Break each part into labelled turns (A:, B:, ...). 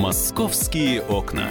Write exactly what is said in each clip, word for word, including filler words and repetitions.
A: Московские окна.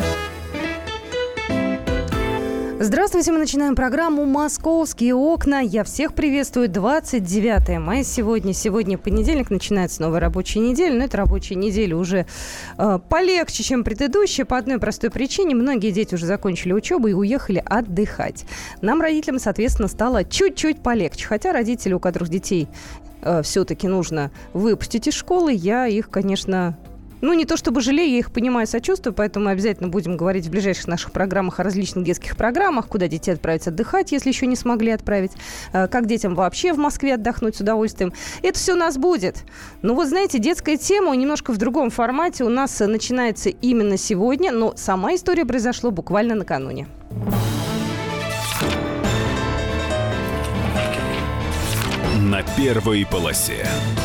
B: Здравствуйте, мы начинаем программу «Московские окна». Я всех приветствую. двадцать девятое мая сегодня. Сегодня понедельник, начинается новая рабочая неделя. Но эта рабочая неделя уже э, полегче, чем предыдущая, по одной простой причине. Многие дети уже закончили учебу и уехали отдыхать. Нам, родителям, соответственно, стало чуть-чуть полегче. Хотя родители, у которых детей э, все-таки нужно выпустить из школы, я их, конечно... Ну, не то чтобы жалею, я их понимаю, сочувствую, поэтому мы обязательно будем говорить в ближайших наших программах о различных детских программах, куда детей отправить отдыхать, если еще не смогли отправить, как детям вообще в Москве отдохнуть с удовольствием. Это все у нас будет. Но вот, знаете, детская тема немножко в другом формате у нас начинается именно сегодня, но сама история произошла буквально накануне.
A: На первой полосе.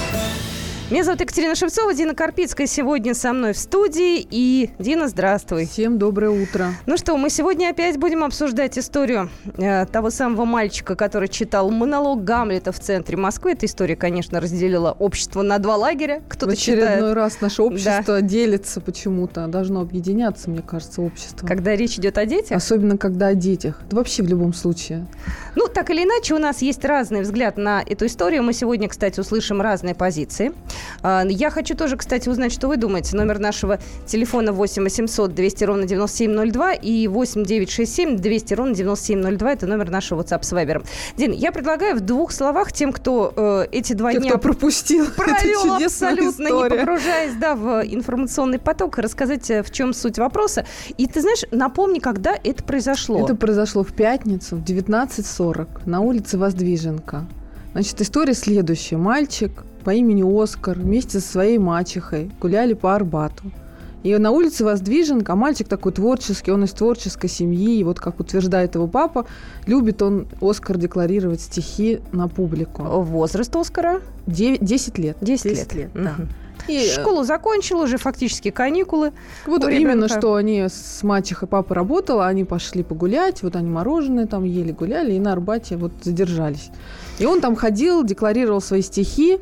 B: Меня зовут Екатерина Шевцова, Дина Карпицкая сегодня со мной в студии. И, Дина, здравствуй.
C: Всем доброе утро.
B: Ну что, мы сегодня опять будем обсуждать историю э, того самого мальчика, который читал монолог Гамлета в центре Москвы. Эта история, конечно, разделила общество на два лагеря. Кто-то
C: в очередной
B: читает...
C: раз наше общество
B: да.
C: делится почему-то. Должно объединяться, мне кажется, общество.
B: Когда речь идет о детях?
C: Особенно, когда о детях. Да вообще в любом случае.
B: Ну, так или иначе, у нас есть разный взгляд на эту историю. Мы сегодня, кстати, услышим разные позиции. Я хочу тоже, кстати, узнать, что вы думаете. Номер нашего телефона восемь восемьсот двести ровно девяносто семь ноль два и восемь девятьсот шестьдесят семь двести ровно девяносто семь ноль два. Это номер нашего WhatsApp с Вайбером. Дин, я предлагаю в двух словах тем, кто э, эти два
C: Те,
B: дня
C: кто пропустил
B: провел абсолютно,
C: история.
B: не погружаясь да, в информационный поток, рассказать, в чем суть вопроса. И ты знаешь, напомни, когда это произошло.
C: Это произошло в пятницу в девятнадцать сорок на улице Воздвиженка. Значит, история следующая. Мальчик по имени Оскар вместе со своей мачехой гуляли по Арбату. И на улице Воздвиженка, а мальчик такой творческий, он из творческой семьи, и вот как утверждает его папа, любит он, Оскар, декларировать стихи на публику.
B: Возраст Оскара?
C: десять лет.
B: десять лет, да.
C: Угу. И
B: школу закончил, уже фактически каникулы.
C: Вот именно, что они с мачехой, папа работала, они пошли погулять, вот они мороженое там ели, гуляли, и на Арбате вот задержались. И он там ходил, декларировал свои стихи,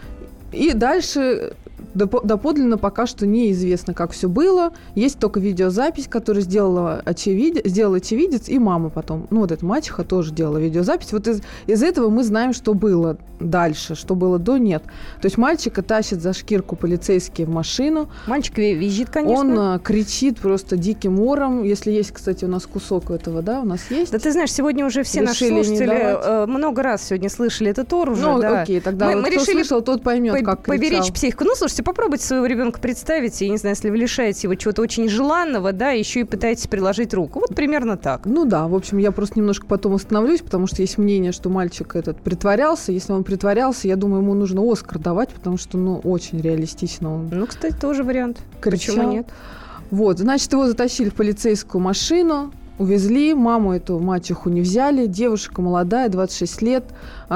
C: и дальше доподлинно пока что неизвестно, как все было. Есть только видеозапись, которую сделала очевидец, сделал очевидец, и мама потом. Ну, вот эта мачеха тоже делала видеозапись. Вот из, из этого мы знаем, что было дальше, что было до, нет. То есть мальчика тащат за шкирку полицейские в машину.
B: Мальчик визжит, конечно.
C: Он а, кричит просто диким ором. Если есть, кстати, у нас кусок этого, да, у нас есть.
B: Да ты знаешь, сегодня уже все решили наши слушатели много раз сегодня слышали этот ор уже.
C: Ну,
B: да.
C: окей, тогда
B: мы,
C: вот
B: мы
C: кто
B: решили
C: слышал, тот поймет,
B: по-
C: как кричал.
B: Поберечь психику. Ну, слушайте, попробуйте своего ребенка представить, я не знаю, если вы лишаете его чего-то очень желанного, да, еще и пытаетесь приложить руку. Вот примерно так.
C: Ну да, в общем, я просто немножко потом остановлюсь, потому что есть мнение, что мальчик этот притворялся. Если он притворялся, я думаю, ему нужно Оскар давать, потому что, ну, очень реалистично он
B: Ну, кстати, тоже вариант.
C: кричал.
B: Почему нет?
C: Вот, значит, его затащили в полицейскую машину, увезли, маму эту мачеху не взяли, девушка молодая, двадцать шесть лет,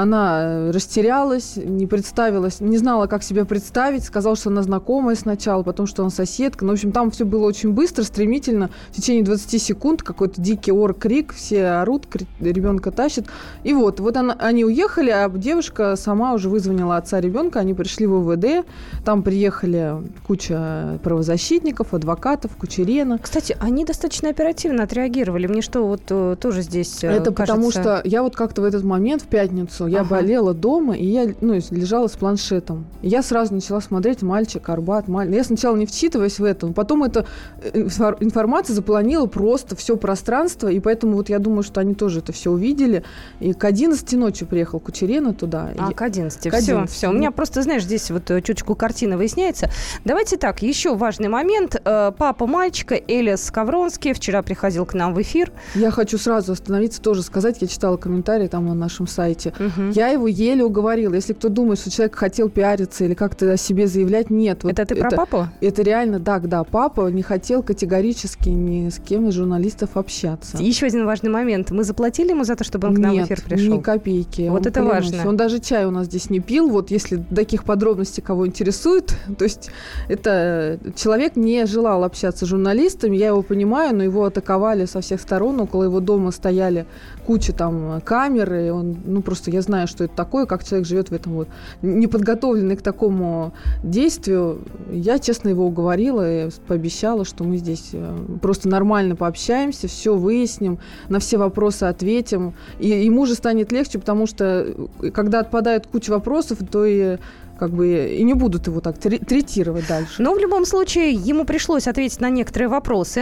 C: она растерялась, не представилась, не знала, как себя представить, сказала, что она знакомая сначала, потом, что она соседка. Ну, в общем, там все было очень быстро, стремительно, в течение двадцати секунд какой-то дикий ор-крик, все орут, ребенка тащат. И вот, вот она, они уехали, а девушка сама уже вызвонила отца ребенка, они пришли в УВД, там приехали куча правозащитников, адвокатов, Кучерена.
B: Кстати, они достаточно оперативно отреагировали. Мне что, вот тоже здесь
C: Это
B: кажется...
C: потому что я вот как-то в этот момент, в пятницу, я ага. болела дома, и я ну, лежала с планшетом. И я сразу начала смотреть «Мальчик», «Арбат», «Мальчик». Я сначала не вчитываясь в это, потом эта информация заполонила просто все пространство, и поэтому вот я думаю, что они тоже это все увидели. И к одиннадцати ночи приехал Кучерена туда.
B: А,
C: и...
B: к одиннадцати.
C: К
B: все, все. У меня просто, знаешь, здесь вот чуточку картина выясняется. Давайте так, еще важный момент. Папа мальчика, Элиас Скавронский, вчера приходил к нам в эфир.
C: Я хочу сразу остановиться, тоже сказать, я читала комментарии там на нашем сайте.
B: Угу.
C: Я его еле уговорила. Если кто думает, что человек хотел пиариться или как-то о себе заявлять, нет. Вот
B: это ты про
C: это,
B: папу?
C: Это реально так, да. Папа не хотел категорически ни с кем из журналистов общаться.
B: Еще один важный момент. Мы заплатили ему за то, чтобы он к нам
C: нет,
B: в эфир пришел?
C: Ни копейки.
B: Вот это
C: клянусь.
B: важно.
C: Он даже чай у нас здесь не пил. Вот если таких подробностей кого интересует. То есть это человек не желал общаться с журналистами. Я его понимаю, но его атаковали со всех всех сторон. Около его дома стояли куча там камер, и он, ну, просто я знаю, что это такое, как человек живет в этом вот неподготовленный к такому действию. Я, честно, его уговорила и пообещала, что мы здесь просто нормально пообщаемся, все выясним, на все вопросы ответим. И ему же станет легче, потому что когда отпадает куча вопросов, то и как бы и не будут его так третировать дальше.
B: Но в любом случае ему пришлось ответить на некоторые вопросы.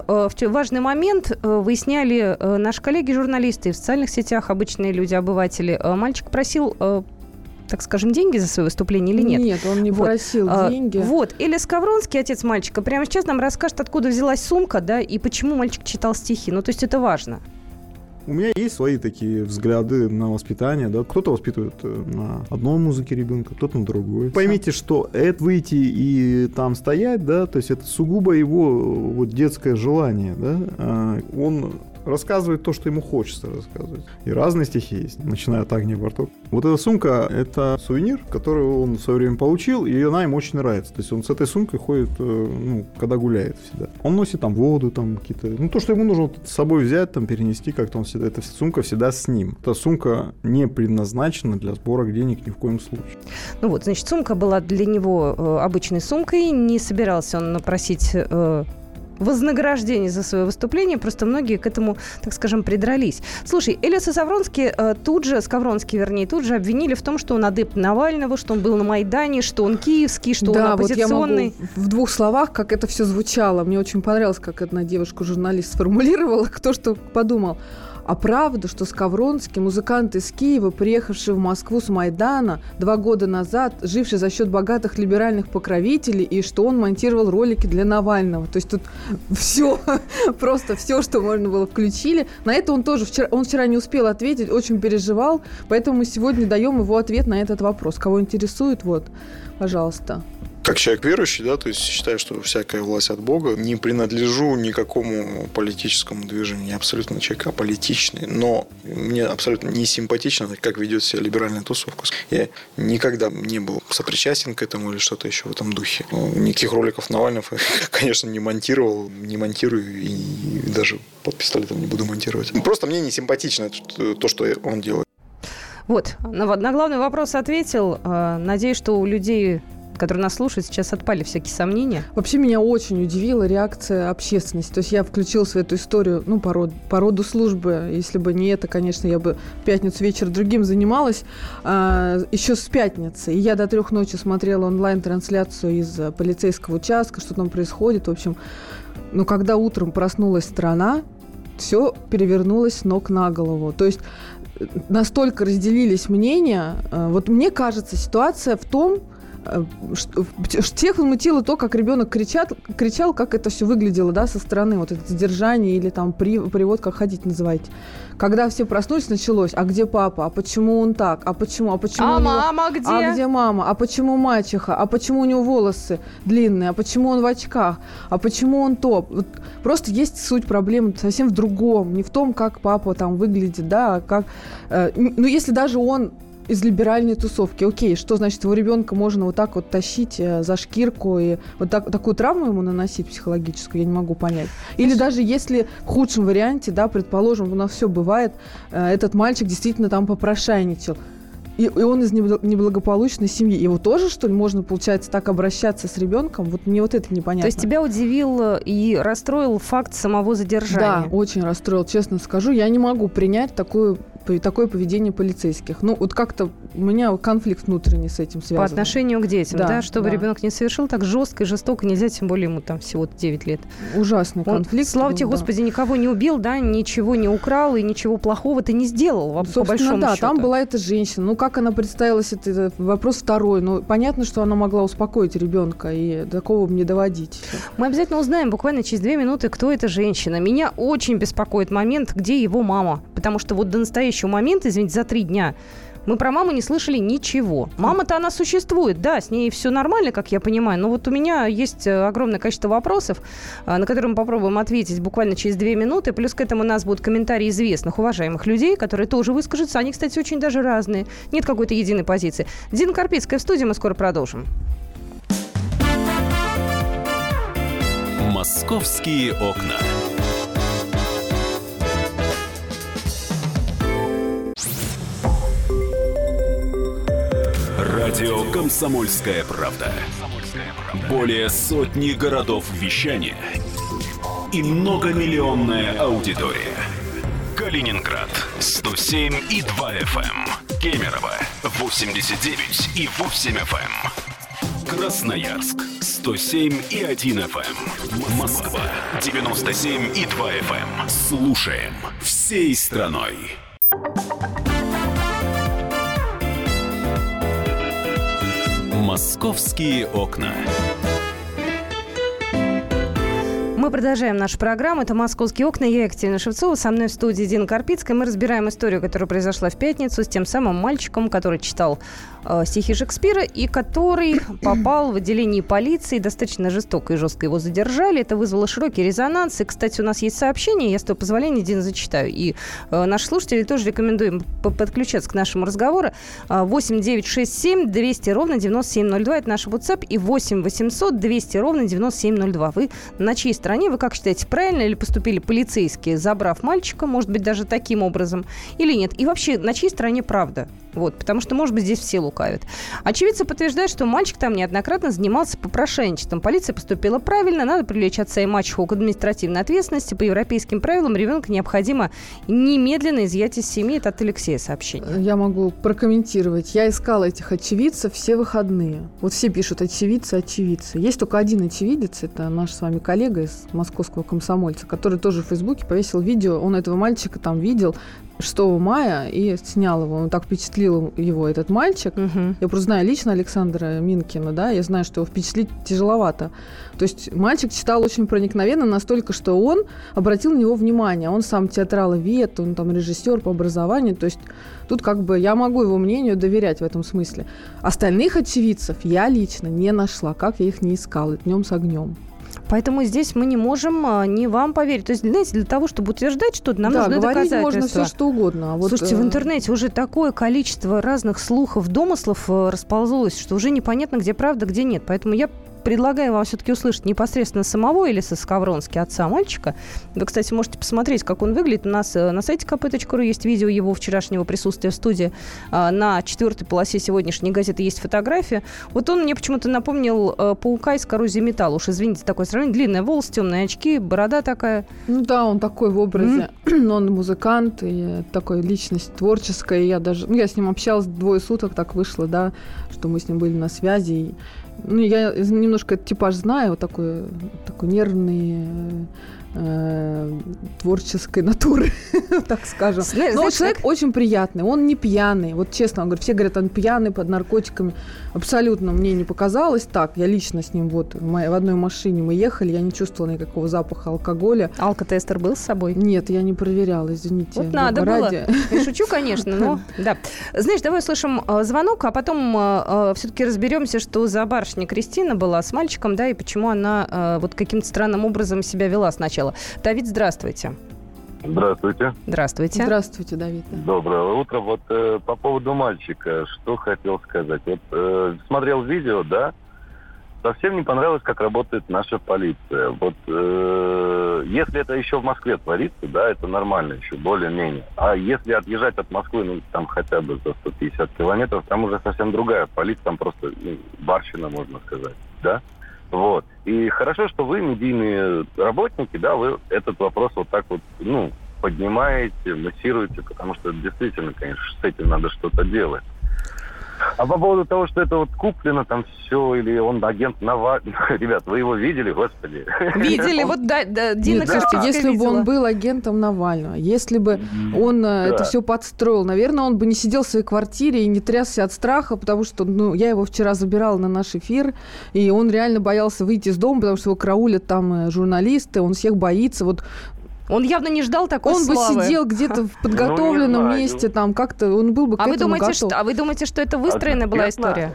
B: Важный момент выясняли наши коллеги-журналисты в социальных сетях, обычные люди, обыватели. Мальчик просил, так скажем, деньги за свое выступление или нет?
C: Нет, он не вот. просил деньги.
B: Вот. Элия Скавронский, отец мальчика, прямо сейчас нам расскажет, откуда взялась сумка, да, и почему мальчик читал стихи. Ну, то есть это важно.
D: У меня есть свои такие взгляды на воспитание, да. Кто-то воспитывает на одной музыке ребенка, кто-то на другой. Поймите, что это выйти и там стоять, да, то есть это сугубо его вот детское желание, да. Он рассказывает то, что ему хочется рассказывать. И разные стихи есть, начиная от Агнии Барток. Вот эта сумка — это сувенир, который он в свое время получил, и она ему очень нравится. То есть он с этой сумкой ходит, ну, когда гуляет всегда. Он носит там воду, там какие-то... Ну, то, что ему нужно вот с собой взять, там, перенести, как-то он всегда... Эта сумка всегда с ним. Эта сумка не предназначена для сбора денег ни в коем случае.
B: Ну вот, значит, сумка была для него э, обычной сумкой. Не собирался он просить... Э, вознаграждение за свое выступление, просто многие к этому, так скажем, придрались. Слушай, Элиаса Скавронский тут же, Скавронский, вернее, тут же обвинили в том, что он адепт Навального, что он был на Майдане, что он киевский, что
C: да,
B: он оппозиционный.
C: Вот я могу в двух словах, как это все звучало. Мне очень понравилось, как одна девушка-журналист сформулировала, кто что подумал. А правда, что Скавронский, музыкант из Киева, приехавший в Москву с Майдана два года назад, живший за счет богатых либеральных покровителей, и что он монтировал ролики для Навального. То есть тут все, просто все, что можно было, включили. На это он тоже вчера, он вчера не успел ответить, очень переживал, поэтому мы сегодня даем его ответ на этот вопрос. Кого интересует, вот, пожалуйста.
E: Как человек верующий, да, то есть считаю, что всякая власть от Бога. Не принадлежу никакому политическому движению. Я абсолютно человек аполитичный, но мне абсолютно не симпатично, как ведет себя либеральная тусовка. Я никогда не был сопричастен к этому или что-то еще в этом духе. Никаких роликов Навального, конечно, не монтировал, не монтирую и даже под пистолетом не буду монтировать. Просто мне не симпатично то, что он делает.
B: Вот, на главный вопрос ответил. Надеюсь, что у людей, которые нас слушают, сейчас отпали всякие сомнения.
C: Вообще меня очень удивила реакция общественности. То есть я включилась в эту историю, ну, по роду, по роду службы. Если бы не это, конечно, я бы в пятницу вечер другим занималась. А, еще с пятницы. И я до трех ночи смотрела онлайн-трансляцию из полицейского участка, что там происходит. В общем, ну, когда утром проснулась страна, все перевернулось с ног на голову. То есть настолько разделились мнения. Вот мне кажется, ситуация в том, всех возмутило то, как ребенок кричат, кричал, как это все выглядело, да, со стороны, вот это задержание или там привод, как ходить называете. Когда все проснулись, началось: а где папа? А почему он так? А почему? А почему?
B: А
C: него...
B: мама где?
C: А где мама? А почему мачеха? А почему у него волосы длинные? А почему он в очках? А почему он то? Вот просто есть суть проблемы совсем в другом, не в том, как папа там выглядит, да, а как... Э, ну, если даже он из либеральной тусовки. Окей, что значит, его ребенка можно вот так вот тащить э, за шкирку и вот так, такую травму ему наносить психологическую, я не могу понять. Или даже если в худшем варианте, да, предположим, у нас все бывает, э, этот мальчик действительно там попрошайничал, и, и он из неблагополучной семьи. Его тоже, что ли, можно, получается, так обращаться с ребенком? Вот мне вот это непонятно.
B: То есть тебя удивил и расстроил факт самого задержания?
C: Да, очень расстроил, честно скажу. Я не могу принять такую такое поведение полицейских. Ну, вот как-то у меня конфликт внутренний с этим связан.
B: По отношению к детям, да? да чтобы
C: да.
B: ребенок не совершил так жестко и жестоко, нельзя, тем более ему там всего девять лет.
C: Ужасный
B: Он,
C: конфликт.
B: Слава тебе,
C: да.
B: Господи, никого не убил, да, ничего не украл и ничего плохого ты не сделал,
C: Собственно,
B: по большому
C: да,
B: счету.
C: Там была эта женщина. Ну, как она представилась, это, это вопрос второй. Ну, понятно, что она могла успокоить ребенка и такого не доводить.
B: Мы обязательно узнаем буквально через две минуты, кто эта женщина. Меня очень беспокоит момент, где его мама. Потому что вот до настоящего момента, извините, за три дня мы про маму не слышали ничего. Мама-то она существует, да, с ней все нормально, как я понимаю, но вот у меня есть огромное количество вопросов, на которые мы попробуем ответить буквально через две минуты. Плюс к этому у нас будут комментарии известных, уважаемых людей, которые тоже выскажутся. Они, кстати, очень даже разные. Нет какой-то единой позиции. Дина Карпицкая в студии, мы скоро продолжим.
A: «Московские окна». Радио «Комсомольская правда». Более сотни городов вещания и многомиллионная аудитория. Калининград сто семь и два эф эм, Кемерово восемьдесят девять и восемь эф эм, Красноярск сто семь и один эф эм, Москва девяносто семь и два эф эм. Слушаем всей страной. Московские окна.
B: Мы продолжаем нашу программу. Это «Московские окна». Я Екатерина Шевцова. Со мной в студии Дина Карпицкая. Мы разбираем историю, которая произошла в пятницу с тем самым мальчиком, который читал э, стихи Шекспира и который попал в отделение полиции. Достаточно жестоко и жестко его задержали. Это вызвало широкий резонанс. И, кстати, у нас есть сообщение. Я, с твоего позволения, Дина, зачитаю. И э, наши слушатели тоже рекомендуем подключаться к нашему разговору. восемь девятьсот шестьдесят семь двести ровно девяносто семь ноль два. Это наш WhatsApp. И восемь восемьсот двести ровно девяносто семь ноль два. Вы на чьей стороне? Вы как считаете, правильно ли поступили полицейские, забрав мальчика, может быть, даже таким образом, или нет? И вообще, на чьей стороне правда? Вот, потому что, может быть, здесь все лукавят. Очевидцы подтверждают, что мальчик там неоднократно занимался попрошайничеством. Полиция поступила правильно, надо привлечь отца и мачеху к административной ответственности. По европейским правилам ребенка необходимо немедленно изъять из семьи. Это от Алексея сообщение.
C: Я могу прокомментировать. Я искала этих очевидцев все выходные. Вот все пишут очевидцы, очевидцы. Есть только один очевидец, это наш с вами коллега из московского комсомольца, который тоже в Фейсбуке повесил видео. Он этого мальчика там видел шестого мая и снял его. Он так впечатлил его, этот мальчик. Угу. Я просто знаю лично Александра Минкина, да, я знаю, что его впечатлить тяжеловато. То есть мальчик читал очень проникновенно, настолько, что он обратил на него внимание. Он сам театраловед, он там режиссер по образованию. То есть тут как бы я могу его мнению доверять в этом смысле. Остальных очевидцев я лично не нашла, как я их не искала, днем с огнем.
B: Поэтому здесь мы не можем а, не вам поверить. То есть, знаете, для того, чтобы утверждать что-то, нам
C: да,
B: нужны доказательства.
C: можно все, что угодно. А вот,
B: Слушайте, в интернете уже такое количество разных слухов, домыслов расползлось, что уже непонятно, где правда, где нет. Поэтому я предлагаю вам все-таки услышать непосредственно самого Элиса Скавронски, отца мальчика. Вы, кстати, можете посмотреть, как он выглядит. У нас на сайте ка пэ точка ру есть видео его вчерашнего присутствия в студии. На четвертой полосе сегодняшней газеты есть фотография. Вот он мне почему-то напомнил паука из коррозии металла. Уж извините, такое сравнение. Длинная волосы, темные очки, борода такая.
C: Ну да, он такой в образе. Mm-hmm. Он музыкант и такой личность творческая. Я даже, ну, я с ним общалась двое суток, так вышло, да, что мы с ним были на связи. И ну, я немножко этот типаж знаю, вот такой, такой нервный, э, творческой натуры, так скажем.
B: Знаешь,
C: Но
B: знаешь,
C: человек
B: как...
C: очень приятный, он не пьяный. Вот честно, он говорит, все говорят, он пьяный, под наркотиками. Абсолютно мне не показалось так. Я лично с ним вот в, моей, в одной машине мы ехали, я не чувствовала никакого запаха алкоголя.
B: Алкотестер был с собой?
C: Нет, я не проверяла, извините.
B: Вот надо
C: ради.
B: было. Я шучу, конечно, но да. Знаешь, давай услышим э, звонок, а потом э, все-таки разберемся, что за барышня Кристина была с мальчиком, да, и почему она э, вот каким-то странным образом себя вела сначала. Давид, здравствуйте.
F: Здравствуйте.
B: Здравствуйте.
C: Здравствуйте, Давид.
F: Доброе утро. Вот э, по поводу мальчика, что хотел сказать. Вот э, смотрел видео, да, совсем не понравилось, как работает наша полиция. Вот э, если это еще в Москве творится, да, это нормально еще, более-менее. А если отъезжать от Москвы, ну, там хотя бы за сто пятьдесят километров, там уже совсем другая полиция, там просто ну, барщина, можно сказать, да. Вот. И хорошо, что вы, медийные работники, да, вы этот вопрос вот так вот, ну, поднимаете, массируете, потому что действительно, конечно, с этим надо что-то делать. А по поводу того, что это вот куплено там все, или он агент Навального... Ребят, вы его видели, господи?
B: Видели, вот да, да, Дина
C: Нет, слушайте, если
B: видела.
C: бы он был агентом Навального, если бы он да. это все подстроил, наверное, он бы не сидел в своей квартире и не трясся от страха, потому что, ну, я его вчера забирала на наш эфир, и он реально боялся выйти из дома, потому что его караулят там журналисты, он всех боится, вот. Он явно не ждал такой он славы. Он бы сидел где-то в подготовленном ну, месте, там как-то, он был бы к
B: а
C: этому
B: вы думаете,
C: готов.
B: Что, а вы думаете, что это выстроенная а, была история?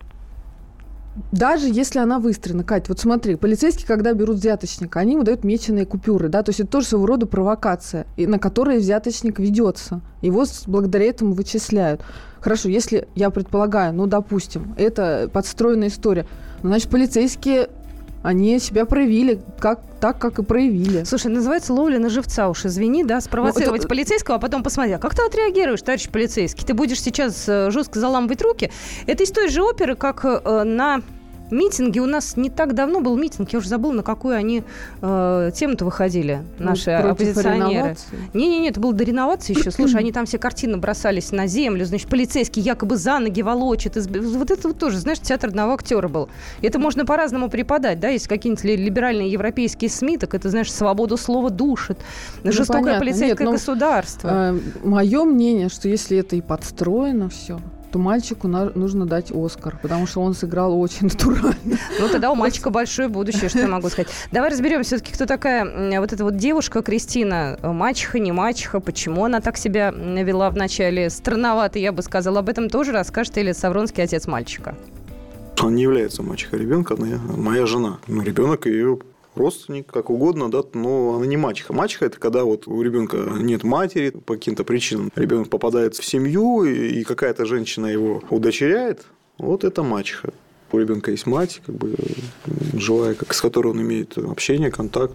C: Даже если она выстроена, Кать, вот смотри, полицейские, когда берут взяточника, они ему дают меченые купюры, да, то есть это тоже своего рода провокация, на которой взяточник ведется. Его благодаря этому вычисляют. Хорошо, если, я предполагаю, ну, допустим, это подстроенная история, значит, полицейские они себя проявили как, так, как и проявили.
B: Слушай, называется ловля на живца уж, извини, да, спровоцировать
C: это...
B: полицейского, а потом посмотреть, а как ты отреагируешь, товарищ полицейский? Ты будешь сейчас жестко заламывать руки? Это из той же оперы, как на... митинги. У нас не так давно был митинг, я уже забыла, на какую они э, тему-то выходили, наши
C: ну,
B: оппозиционеры. Не-не-не, это было до реновации еще. Слушай, они там все картины бросались на землю, значит, полицейский якобы за ноги волочит. Изб... Вот это вот тоже, знаешь, театр одного актера был. Это можно по-разному преподать, да, если какие-нибудь либеральные европейские СМИ, так это, знаешь, свободу слова душит. Ну, жестокое понятно. Полицейское Нет, государство.
C: Э, мое мнение, что если это и подстроено все, то мальчику на- нужно дать Оскар, потому что он сыграл очень натурально.
B: Ну, тогда у мальчика большое будущее, что я могу сказать. Давай разберем все-таки, кто такая вот эта вот девушка Кристина. Мачеха, не мачеха, почему она так себя вела вначале странновато, я бы сказала. Об этом тоже расскажет Илья Савронский, отец мальчика.
E: Он не является мачехой ребенка, она моя жена. Ну, ребенок ее родственник, как угодно, да, но она не мачеха. Мачеха – это когда вот у ребенка нет матери по каким-то причинам. Ребенок попадает в семью, и какая-то женщина его удочеряет. Вот это мачеха. У ребенка есть мать, как бы живая, как, с которой он имеет общение, контакт.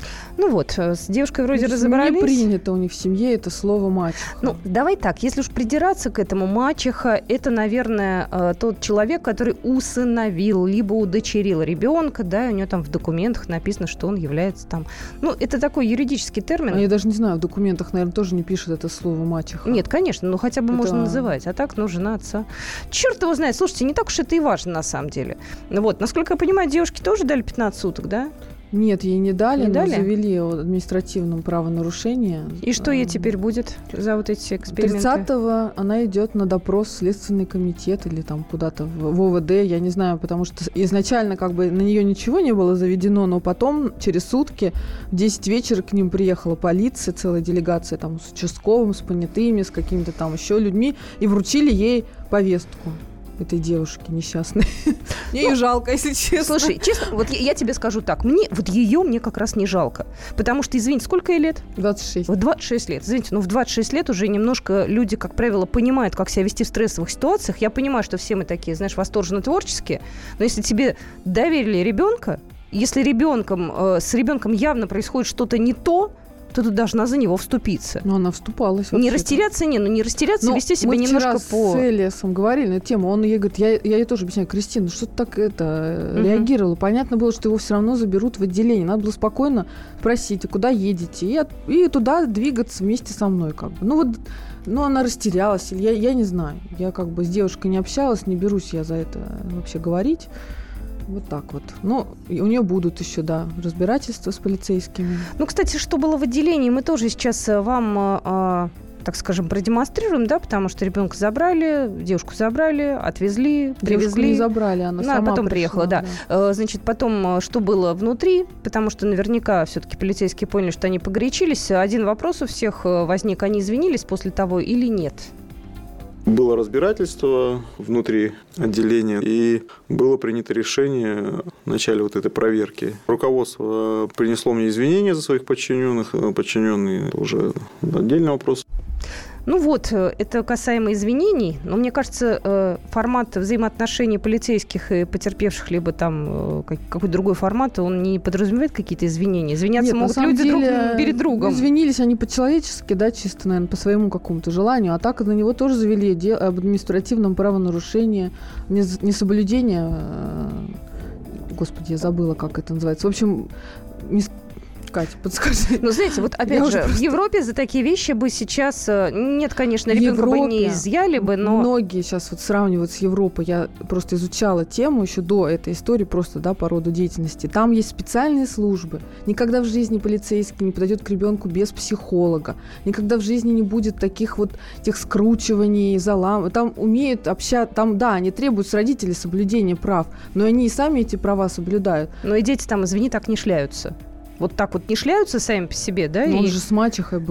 B: Ну вот, с девушкой вроде
C: ну,
B: разобрались.
C: Не принято у них в семье это слово мачеха.
B: Ну, давай так, если уж придираться к этому, мачеха – это, наверное, тот человек, который усыновил, либо удочерил ребенка, да, и у него там в документах написано, что он является там… Ну, это такой юридический термин.
C: А я даже не знаю, в документах, наверное, тоже не пишут это слово мачеха.
B: Нет, конечно, ну хотя бы
C: это...
B: можно называть, а так, ну, жена отца. Черт его знает, слушайте, не так уж это и важно на самом деле. Вот, насколько я понимаю, девушке тоже дали пятнадцать суток, да?
C: Нет, ей не дали,
B: не
C: но
B: дали?
C: завели о административном правонарушении.
B: И что ей теперь будет за вот эти эксперименты?
C: тридцатого она идет на допрос в Следственный комитет или там куда-то в ОВД, я не знаю, потому что изначально как бы на нее ничего не было заведено, но потом через сутки в десять вечера к ним приехала полиция, целая делегация там с участковым, с понятыми, с какими-то там еще людьми, и вручили ей повестку этой девушки несчастной. Мне ее жалко, если честно.
B: Слушай, честно, вот я, я тебе скажу так, мне, вот ее мне как раз не жалко, потому что, извините, сколько ей лет?
C: двадцать шесть.
B: Вот двадцать шесть лет. Извините, ну в двадцать шесть лет уже немножко люди, как правило, понимают, как себя вести в стрессовых ситуациях. Я понимаю, что все мы такие, знаешь, восторженно творческие, но если тебе доверили ребенка, если ребенком, э, с ребенком явно происходит что-то не то, то ты должна за него вступиться.
C: Но она вступалась.
B: Не растеряться, не, ну не растеряться,
C: но
B: вести себя немножко
C: мы
B: по...
C: с Элиасом говорили на эту тему. Он ей говорит, я, я ей тоже объясняю, Кристина, что ты так это uh-huh. реагировала? Понятно было, что его все равно заберут в отделение. Надо было спокойно спросить, куда едете? И, от, и туда двигаться вместе со мной. Как бы. Ну вот, ну она растерялась. Я, я не знаю. Я как бы с девушкой не общалась, не берусь я за это вообще говорить. Вот так вот. Ну, у нее будут еще, да, разбирательства с полицейскими.
B: Ну, кстати, что было в отделении, мы тоже сейчас вам, э, так скажем, продемонстрируем, да, потому что ребенка забрали, девушку забрали, отвезли, привезли.
C: Девушку не забрали, она
B: ну,
C: сама
B: потом
C: пришла,
B: приехала, да. да. Значит, потом, что было внутри, потому что наверняка все-таки полицейские поняли, что они погорячились. Один вопрос у всех возник, они извинились после того или нет?
E: Было разбирательство внутри отделения, и было принято решение в начале вот этой проверки. Руководство принесло мне извинения за своих подчиненных. Подчиненные – это уже отдельный вопрос.
B: Ну вот, это касаемо извинений, но мне кажется, формат взаимоотношений полицейских и потерпевших, либо там какой-то другой формат, он не подразумевает какие-то извинения. Извиняться
C: Нет,
B: могут люди
C: деле,
B: друг перед другом.
C: Извинились они по-человечески, да, чисто, наверное, по своему какому-то желанию, а так на него тоже завели дело об административном правонарушении, несоблюдение, господи, я забыла, как это называется. В общем, не... Катя, подскажи.
B: Ну, знаете, вот опять
C: Я
B: же,
C: просто...
B: в Европе за такие вещи бы сейчас... Нет, конечно, ребенка бы не изъяли бы, но...
C: Многие сейчас вот сравнивают с Европой. Я просто изучала тему еще до этой истории, просто, да, по роду деятельности. Там есть специальные службы. Никогда в жизни полицейский не подойдет к ребенку без психолога. Никогда в жизни не будет таких вот тех скручиваний, залам. Там умеют общаться... Там, да, они требуют с родителей соблюдения прав, но они и сами эти права соблюдают.
B: Но и дети там, извини, так не шляются. Вот так вот не шляются сами по себе, да?
C: Но
B: и...
C: он же с мачехой был.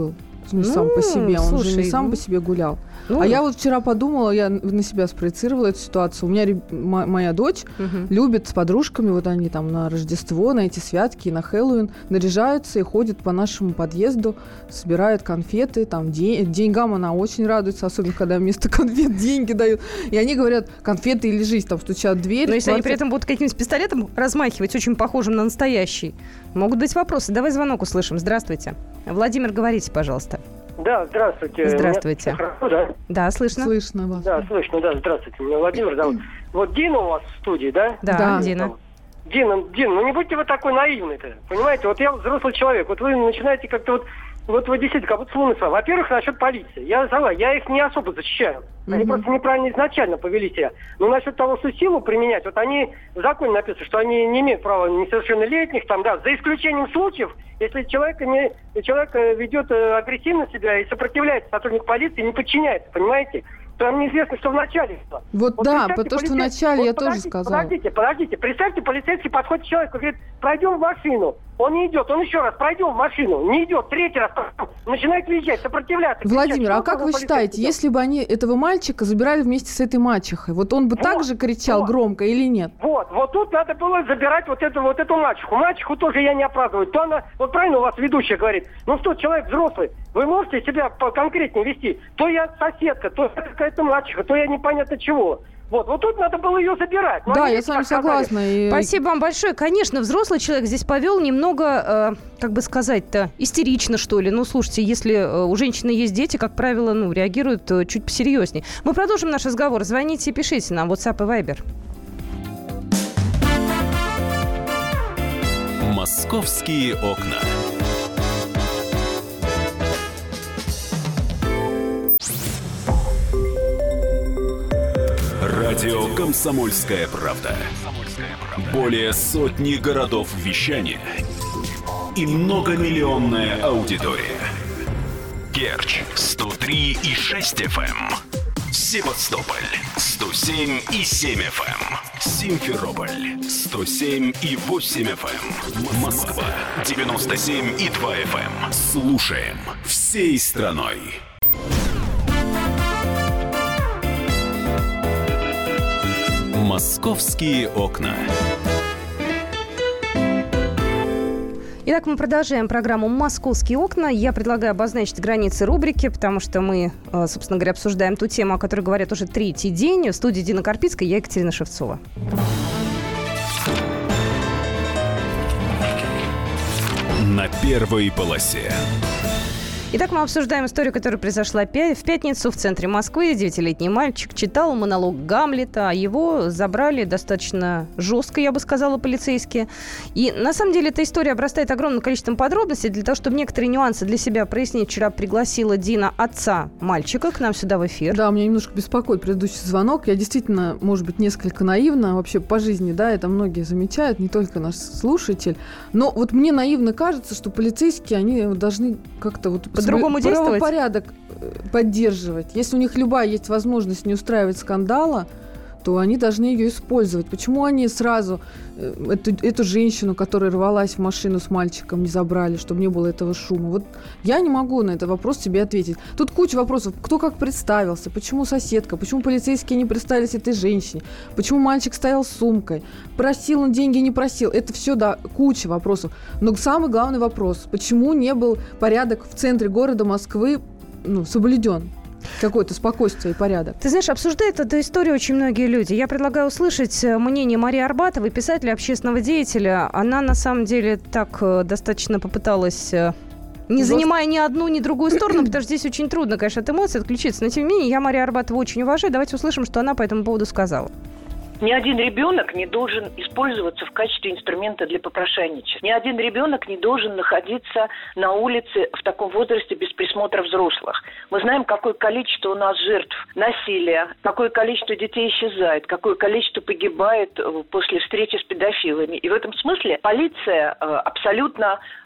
C: не
B: Ну,
C: сам по себе, он
B: слушай,
C: же не сам
B: ну,
C: по себе гулял.
B: ну,
C: А я вот вчера подумала, я на себя спроецировала эту ситуацию. У меня реб- мо- моя дочь
B: мгм.
C: любит с подружками, вот они там на Рождество, на эти святки, на Хэллоуин наряжаются и ходят по нашему подъезду, собирают конфеты, там де- деньгам она очень радуется, особенно когда вместо конфет деньги дают. И они говорят, конфеты или жизнь, там стучат в дверь.
B: Но если они
C: квартира-
B: при этом будут каким-нибудь пистолетом размахивать, очень похожим на настоящий, могут быть вопросы. Давай звонок услышим. Здравствуйте. Владимир, говорите, пожалуйста.
G: Да, здравствуйте.
B: Здравствуйте.
G: Меня хорошо, да?
B: Да, слышно?
C: Слышно вас.
G: Да, слышно, да, здравствуйте. Меня Владимир зовут. Вот Дина у вас в студии, да?
B: Да,
C: Да.
B: Дина.
G: Дина, Дина, ну не будьте вы такой наивный-то. Понимаете, вот я взрослый человек, вот вы начинаете как-то вот, вот вы действительно как будто с луны сошли. Во-первых, насчет полиции. Я согласен, я их не особо защищаю. Они
C: Мгм.
G: просто неправильно изначально повели себя. Но насчет того, что силу применять, вот они в законе написано, что они не имеют права несовершеннолетних, там, да, за исключением случаев, если человек, не, человек э, ведет э, агрессивно себя и сопротивляется сотруднику полиции, не подчиняется, понимаете? Там неизвестно, что вначале было.
C: Вот, да,
G: представьте,
C: потому что
G: полицей-
C: вначале
G: вот
C: я тоже
G: подождите,
C: сказала.
G: Подождите, подождите. Представьте, полицейский подходит к человеку, говорит, пройдем в машину. Он не идет, он еще раз, пройдем в машину. Не идет, третий раз, начинает визжать, сопротивляться.
C: Владимир,
G: кричать.
C: а как
G: Что
C: вы
G: за
C: считаете,
G: полицейский
C: если бы они этого мальчика забирали вместе с этой мачехой, вот он бы
G: Вот,
C: так же кричал
G: вот.
C: громко или нет?
G: Вот, вот тут надо было забирать вот эту вот эту мачеху. Мачеху тоже я не оправдываю. То она, вот правильно у вас ведущая говорит, ну что, человек взрослый, вы можете себя конкретнее вести? То я соседка, то я какая-то мачеха, то я непонятно чего. Вот, вот тут надо было ее забирать. Но
C: Да,
G: они
C: я с вами
G: так сказали.
C: согласна. и-
B: Спасибо вам большое. Конечно, взрослый человек здесь повел немного, э, как бы сказать-то, истерично, что ли. Ну, слушайте, если э, у женщины есть дети, как правило, ну, реагируют э, чуть посерьезнее. Мы продолжим наш разговор. Звоните и пишите нам WhatsApp и Viber.
A: «Московские окна». Радио «Комсомольская правда». Более сотни городов вещания и многомиллионная аудитория. Керчь сто три и шесть эф эм, Севастополь сто семь и семь эф эм, Симферополь сто семь и восемь эф эм, Москва девяносто семь и два эф эм. Слушаем всей страной. «Московские окна».
B: Итак, мы продолжаем программу «Московские окна». Я предлагаю обозначить границы рубрики, потому что мы, э, собственно говоря, обсуждаем ту тему, о которой говорят уже третий день. В студии Дина Карпицкая, я Екатерина Шевцова.
A: На первой полосе.
B: Итак, мы обсуждаем историю, которая произошла пя- в пятницу в центре Москвы. Девятилетний мальчик читал монолог Гамлета, а его забрали достаточно жестко, я бы сказала, полицейские. И на самом деле эта история обрастает огромным количеством подробностей. Для того, чтобы некоторые нюансы для себя прояснить, вчера пригласила Дина отца мальчика к нам сюда в эфир.
C: Да, меня немножко беспокоит предыдущий звонок. Я действительно, может быть, несколько наивна вообще по жизни, да, это многие замечают, не только наш слушатель. Но вот мне наивно кажется, что полицейские, они должны как-то вот
B: По-другому действовать?
C: правопорядок поддерживать. Если у них любая есть возможность не устраивать скандала, то они должны ее использовать. Почему они сразу эту, эту женщину, которая рвалась в машину с мальчиком, не забрали, чтобы не было этого шума? Вот я не могу на этот вопрос себе ответить. Тут куча вопросов. Кто как представился? Почему соседка? Почему полицейские не представились этой женщине? Почему мальчик стоял с сумкой? Просил он деньги, не просил? Это все, да, куча вопросов. Но самый главный вопрос. Почему не был порядок в центре города Москвы ну, соблюден? Какое-то спокойствие и порядок.
B: Ты знаешь, обсуждают эту историю очень многие люди. Я предлагаю услышать мнение Марии Арбатовой, писателя, общественного деятеля. Она, на самом деле, так э, достаточно попыталась... э, Не
C: Жестко.
B: занимая ни одну, ни другую сторону, потому что здесь очень трудно, конечно, от эмоций отключиться. Но, тем не менее, я Марию Арбатову очень уважаю. Давайте услышим, что она по этому поводу сказала.
H: Ни один ребенок не должен использоваться в качестве инструмента для попрошайничества. Ни один ребенок не должен находиться на улице в таком возрасте без присмотра взрослых. Мы знаем, какое количество у нас жертв насилия, какое количество детей исчезает, какое количество погибает после встречи с педофилами. И в этом смысле полиция абсолютно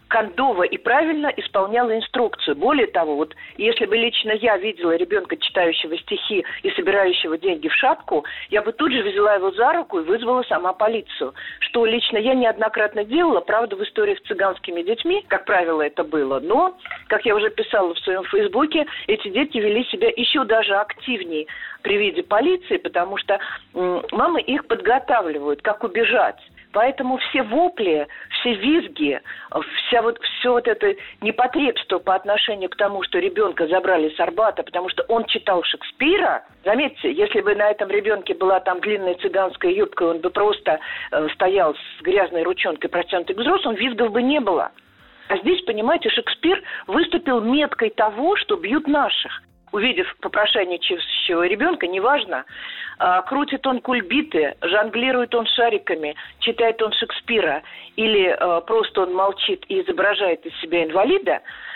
H: кондово и правильно исполняла инструкцию. Более того, вот если бы лично я видела ребенка, читающего стихи и собирающего деньги в шапку, я бы тут же взяла его за руку и вызвала сама полицию. Что лично я неоднократно делала, правда, в историях с цыганскими детьми, как правило, это было. Но, как я уже писала в своем фейсбуке, эти дети вели себя еще даже активнее при виде полиции, потому что м- мамы их подготавливают, как убежать. Поэтому все вопли, все визги, вся вот, все вот это непотребство по отношению к тому, что ребенка забрали с Арбата, потому что он читал Шекспира. Заметьте, если бы на этом ребенке была там длинная цыганская юбка, он бы просто э, стоял с грязной ручонкой, протянутой к взрослым, визгов бы не было. А здесь, понимаете, Шекспир выступил меткой того, что бьют наших. Увидев попрошайничающего ребенка, неважно, а, крутит он кульбиты, жонглирует он шариками, читает он Шекспира, или а, просто он молчит и изображает из себя инвалида,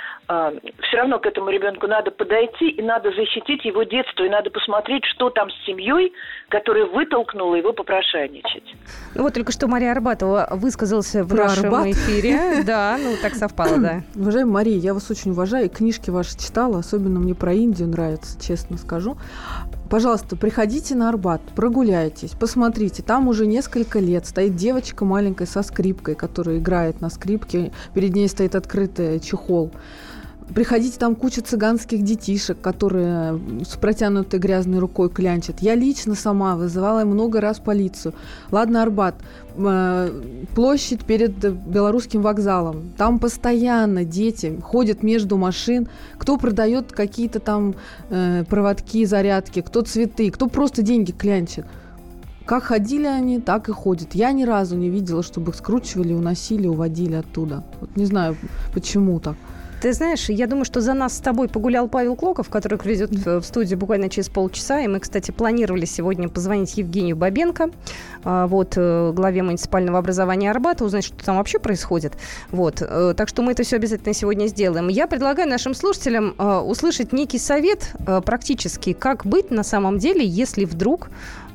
H: а, все равно к этому ребенку надо подойти, и надо защитить его детство, и надо посмотреть, что там с семьей, которая вытолкнула его попрошайничать.
B: Ну вот только что Мария Арбатова высказался в
C: Про
B: нашем
C: Арбат?
B: эфире. Да, ну так совпало, да.
C: Уважаемая Мария, я вас очень уважаю, и книжки ваши читала, особенно мне про Индию нравится, честно скажу. Пожалуйста, приходите на Арбат, прогуляйтесь, посмотрите, там уже несколько лет стоит девочка маленькая со скрипкой, которая играет на скрипке, перед ней стоит открытый чехол. Приходите, там куча цыганских детишек, которые с протянутой грязной рукой клянчат. Я лично сама вызывала много раз полицию. Ладно, Арбат, э, площадь перед Белорусским вокзалом. Там постоянно дети ходят между машин. Кто продает какие-то там э, проводки, зарядки, кто цветы, кто просто деньги клянчит. Как ходили они, так и ходят. Я ни разу не видела, чтобы их скручивали, уносили, уводили оттуда. Вот не знаю, почему так.
B: Ты знаешь, я думаю, что за нас с тобой погулял Павел Клоков, который придет в студию буквально через полчаса. И мы, кстати, планировали сегодня позвонить Евгению Бабенко, вот, главе муниципального образования Арбата, узнать, что там вообще происходит. Вот. Так что мы это все обязательно сегодня сделаем. Я предлагаю нашим слушателям услышать некий совет практически, как быть на самом деле, если вдруг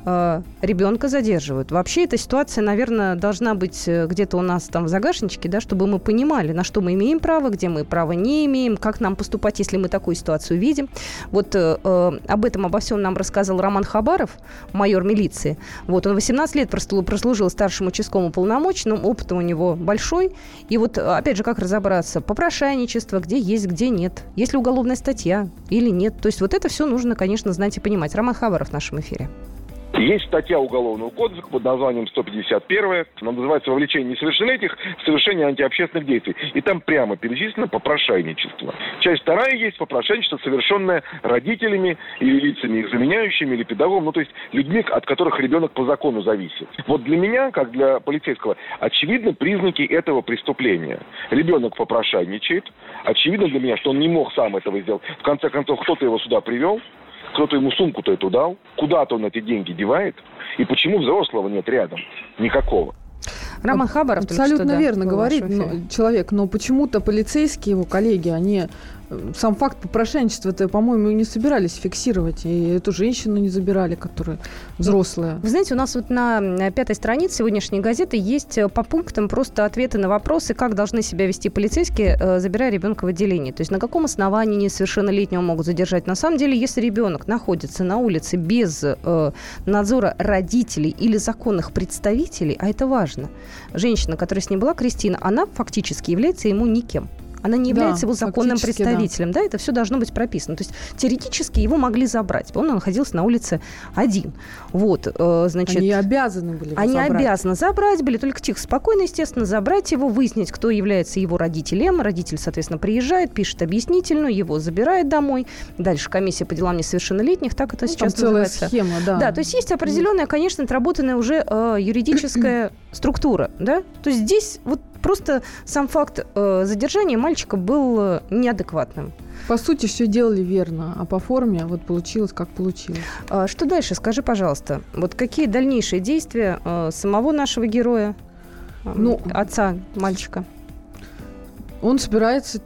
B: ребенка задерживают. Вообще эта ситуация, наверное, должна быть где-то у нас там в загашничке, да, чтобы мы понимали, на что мы имеем право, где мы права не имеем, как нам поступать, если мы такую ситуацию видим. Вот э, об этом, обо всем нам рассказал Роман Хабаров, майор милиции. Вот, он восемнадцать лет прослужил старшим участковым уполномоченным, опыт у него большой. И вот, опять же, как разобраться? Попрошайничество, где есть, где нет. Есть ли уголовная статья или нет. То есть вот это все нужно, конечно, знать и понимать. Роман Хабаров в нашем эфире.
I: Есть статья Уголовного кодекса под названием сто пятьдесят первая. Она называется «Вовлечение несовершеннолетних в совершение антиобщественных действий». И там прямо перечислено попрошайничество. Часть вторая есть попрошайничество, совершенное родителями или лицами их заменяющими, или педагогом, ну то есть людьми, от которых ребенок по закону зависит. Вот для меня, как для полицейского, очевидны признаки этого преступления. Ребенок попрошайничает. Очевидно для меня, что он не мог сам этого сделать. В конце концов, кто-то его сюда привел. Кто-то ему сумку-то эту дал, куда-то он эти деньги девает, и почему взрослого нет рядом? Никакого.
B: Роман Хабаров
C: абсолютно
B: только что, да,
C: верно говорит но, человек, но почему-то полицейские, его коллеги, они сам факт попрошайничества-то, по-моему, не собирались фиксировать. И эту женщину не забирали, которая взрослая.
B: Вы знаете, у нас вот на пятой странице сегодняшней газеты есть по пунктам просто ответы на вопросы, как должны себя вести полицейские, забирая ребенка в отделение. То есть на каком основании несовершеннолетнего могут задержать. На самом деле, если ребенок находится на улице без э, надзора родителей или законных представителей, а это важно, женщина, которая с ним была, Кристина, она фактически является ему никем. Она не является да, его законным представителем. Да. Да, это все должно быть прописано. То есть теоретически его могли забрать. Он находился на улице один. Вот, э, значит,
C: они обязаны были его
B: Они
C: забрать.
B: обязаны забрать были, только тихо, спокойно, естественно, забрать его, выяснить, кто является его родителем. Родитель, соответственно, приезжает, пишет объяснительную, его забирает домой. Дальше комиссия по делам несовершеннолетних, так это ну, сейчас
C: там целая
B: называется.
C: Схема, да.
B: Да, то есть есть определенная, конечно, отработанная уже э, юридическая структура. Да? То есть здесь вот просто сам факт э, задержания мальчика был э, неадекватным.
C: По сути, все делали верно, а по форме вот получилось, как получилось.
B: А что дальше? Скажи, пожалуйста, вот какие дальнейшие действия э, самого нашего героя, э, ну, отца мальчика?
C: Он собирается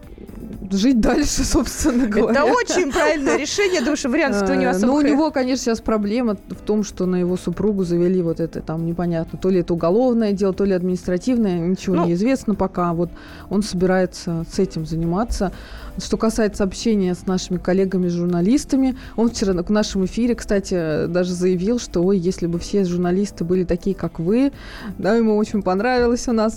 C: жить дальше, собственно говоря.
B: Это очень правильное решение, думаю, что вариантов-то у него особо...
C: Но у него, конечно, сейчас проблема в том, что на его супругу завели вот это, там, непонятно, то ли это уголовное дело, то ли административное, ничего ну, не известно пока. Вот он собирается с этим заниматься. Что касается общения с нашими коллегами-журналистами, он вчера в нашем эфире, кстати, даже заявил, что, ой, если бы все журналисты были такие, как вы, да, ему очень понравилось у нас.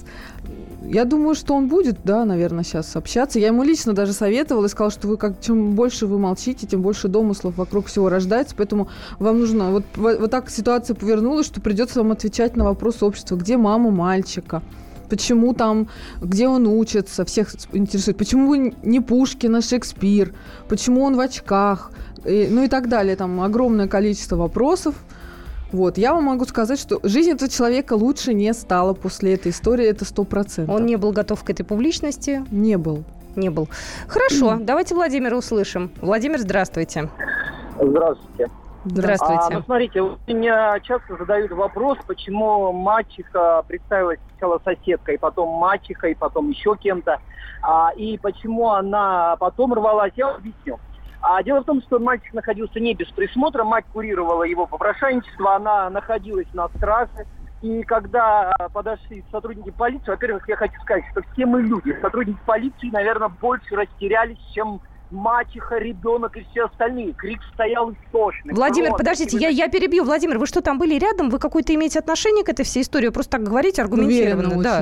C: Я думаю, что он будет, да, наверное, сейчас общаться. Я ему лично даже советовала и сказала, что вы как, чем больше вы молчите, тем больше домыслов вокруг всего рождается, поэтому вам нужно... Вот, вот так ситуация повернулась, что придется вам отвечать на вопросы общества, где мама мальчика, почему там, где он учится, всех интересует, почему не Пушкин, а Шекспир, почему он в очках, и, ну и так далее. Там огромное количество вопросов. Вот. Я вам могу сказать, что жизнь этого человека лучше не стала после этой истории, это сто процентов.
B: Он не был готов к этой публичности?
C: Не был.
B: Не был. Хорошо, mm. давайте Владимира услышим. Владимир, здравствуйте.
J: Здравствуйте.
B: Здравствуйте.
J: А, ну, смотрите, меня часто задают вопрос, почему мачеха представилась сначала соседкой, потом мачехой, потом еще кем-то, а, и почему она потом рвалась. Я вам объясню. А дело в том, что мальчик находился не без присмотра, мать курировала его попрошайничество, она находилась на страже. И когда подошли сотрудники полиции, во-первых, я хочу сказать, что все мы люди, сотрудники полиции, наверное, больше растерялись, чем мачеха, ребенок и все остальные. Крик стоял истошный.
B: Владимир, просто. подождите, я, я перебью. Владимир, вы что, там были рядом? Вы какое-то имеете отношение к этой всей истории? Просто так говорите аргументированно. Да.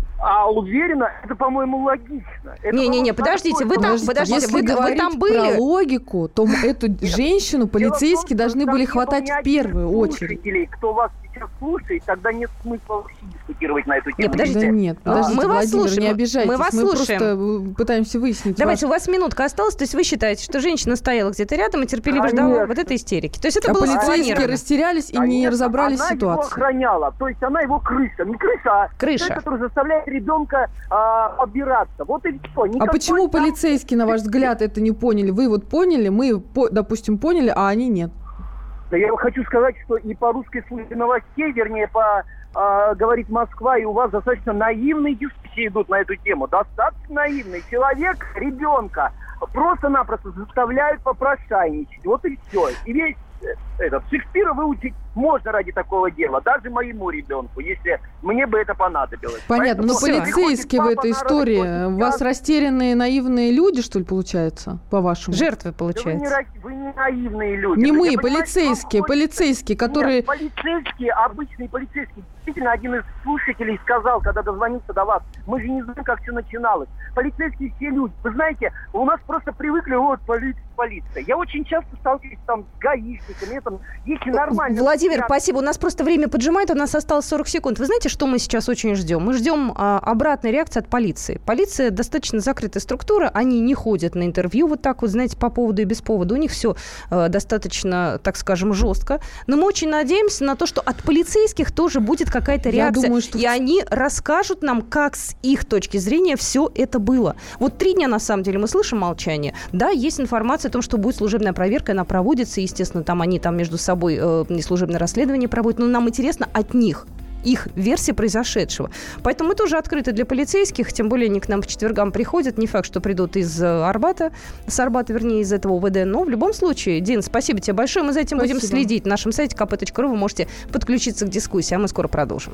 J: А уверена, это, по-моему, логично.
B: Не-не-не, подождите, вы там, подождите,
C: Если
B: вы, вы там были?
C: Про логику, то эту женщину полицейские должны были хватать в первую очередь.
J: Кто вас сейчас слушает, тогда нет смысла вообще дискутировать на эту тему.
B: Нет, подождите.
C: Да нет, подождите,
B: мы вас
C: Владимир,
B: слушаем.
C: не обижайтесь.
B: Мы вас
C: мы
B: слушаем.
C: просто пытаемся выяснить.
B: Давайте,
C: ваш...
B: у вас минутка осталась, то есть вы считаете, что женщина стояла где-то рядом и терпеливо
J: Конечно.
B: ждала вот этой истерики. То есть это
C: а
B: было
C: полицейские
B: спланировано.
C: растерялись и
J: Конечно.
C: не разобрались в
J: ситуации. Она его охраняла, то есть она его крыша. Не крыша, а
B: крыша,
J: человек, который заставляет ребенка а, обираться. Вот и все. Никакой
C: а почему
J: там...
C: полицейские, на ваш взгляд, это не поняли? Вы вот поняли, мы, допустим, поняли, а они нет.
J: Да я хочу сказать, что и по русской службе новостей, вернее, по э, говорит Москва, и у вас достаточно наивные дискуссии идут на эту тему. Достаточно наивный человек, ребенка, просто-напросто заставляют попрошайничать. Вот и все. И весь этот Шекспира выучить можно ради такого дела, даже моему ребенку, если мне бы это понадобилось.
C: Понятно, но полицейские в этой истории у вас растерянные, наивные люди, что ли, получается, по-вашему?
B: Жертвы, получается.
J: Да вы, не, вы не наивные люди.
C: Не
J: вы
C: мы,
J: не
C: полицейские, полицейские, которые...
J: Нет, полицейские, обычные полицейские. Действительно, один из слушателей сказал, когда дозвонился до вас, мы же не знаем, как все начиналось. Полицейские все люди. Вы знаете, у нас просто привыкли, вот, полиция, полиция. Я очень часто сталкиваюсь там с гаишниками, там, если нормально...
B: Владимир, спасибо. У нас просто время поджимает, у нас осталось сорок секунд. Вы знаете, что мы сейчас очень ждем? Мы ждем а, обратной реакции от полиции. Полиция достаточно закрытая структура, они не ходят на интервью вот так вот, знаете, по поводу и без повода. У них все а, достаточно, так скажем, жестко. Но мы очень надеемся на то, что от полицейских тоже будет какая-то реакция. Я думаю, что... И они расскажут нам, как с их точки зрения все это было. Вот три дня, на самом деле, мы слышим молчание. Да, есть информация о том, что будет служебная проверка, она проводится, естественно, там они там между собой э, неслужебное расследование проводят, но нам интересно от них их версия произошедшего. Поэтому мы тоже открыты для полицейских, тем более они к нам по четвергам приходят. Не факт, что придут из Арбата, с Арбата, вернее, из этого УВД, но в любом случае, Дин, спасибо тебе большое. Мы за этим спасибо. будем следить. На нашем сайте ка пэ точка ру вы можете подключиться к дискуссии, а мы скоро продолжим.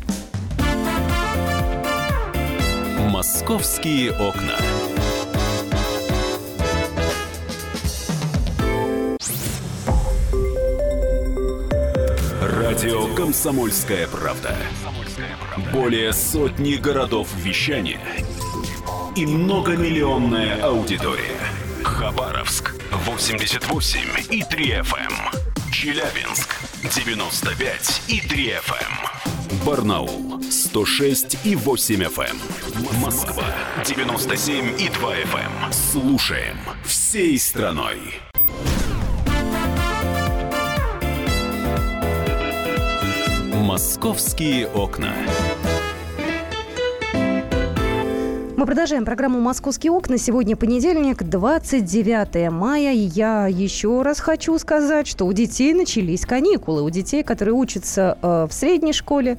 A: Московские окна. Радио «Комсомольская правда». Более сотни городов вещания и многомиллионная аудитория. Хабаровск восемьдесят восемь и три эф эм. Челябинск девяносто пять и три эф эм. Барнаул сто шесть и восемь эф эм. Москва девяносто семь и два эф эм. Слушаем всей страной. Московские окна.
B: Мы продолжаем программу «Московские окна». Сегодня понедельник, двадцать девятое мая. И я еще раз хочу сказать, что у детей начались каникулы. У детей, которые учатся э, в средней школе,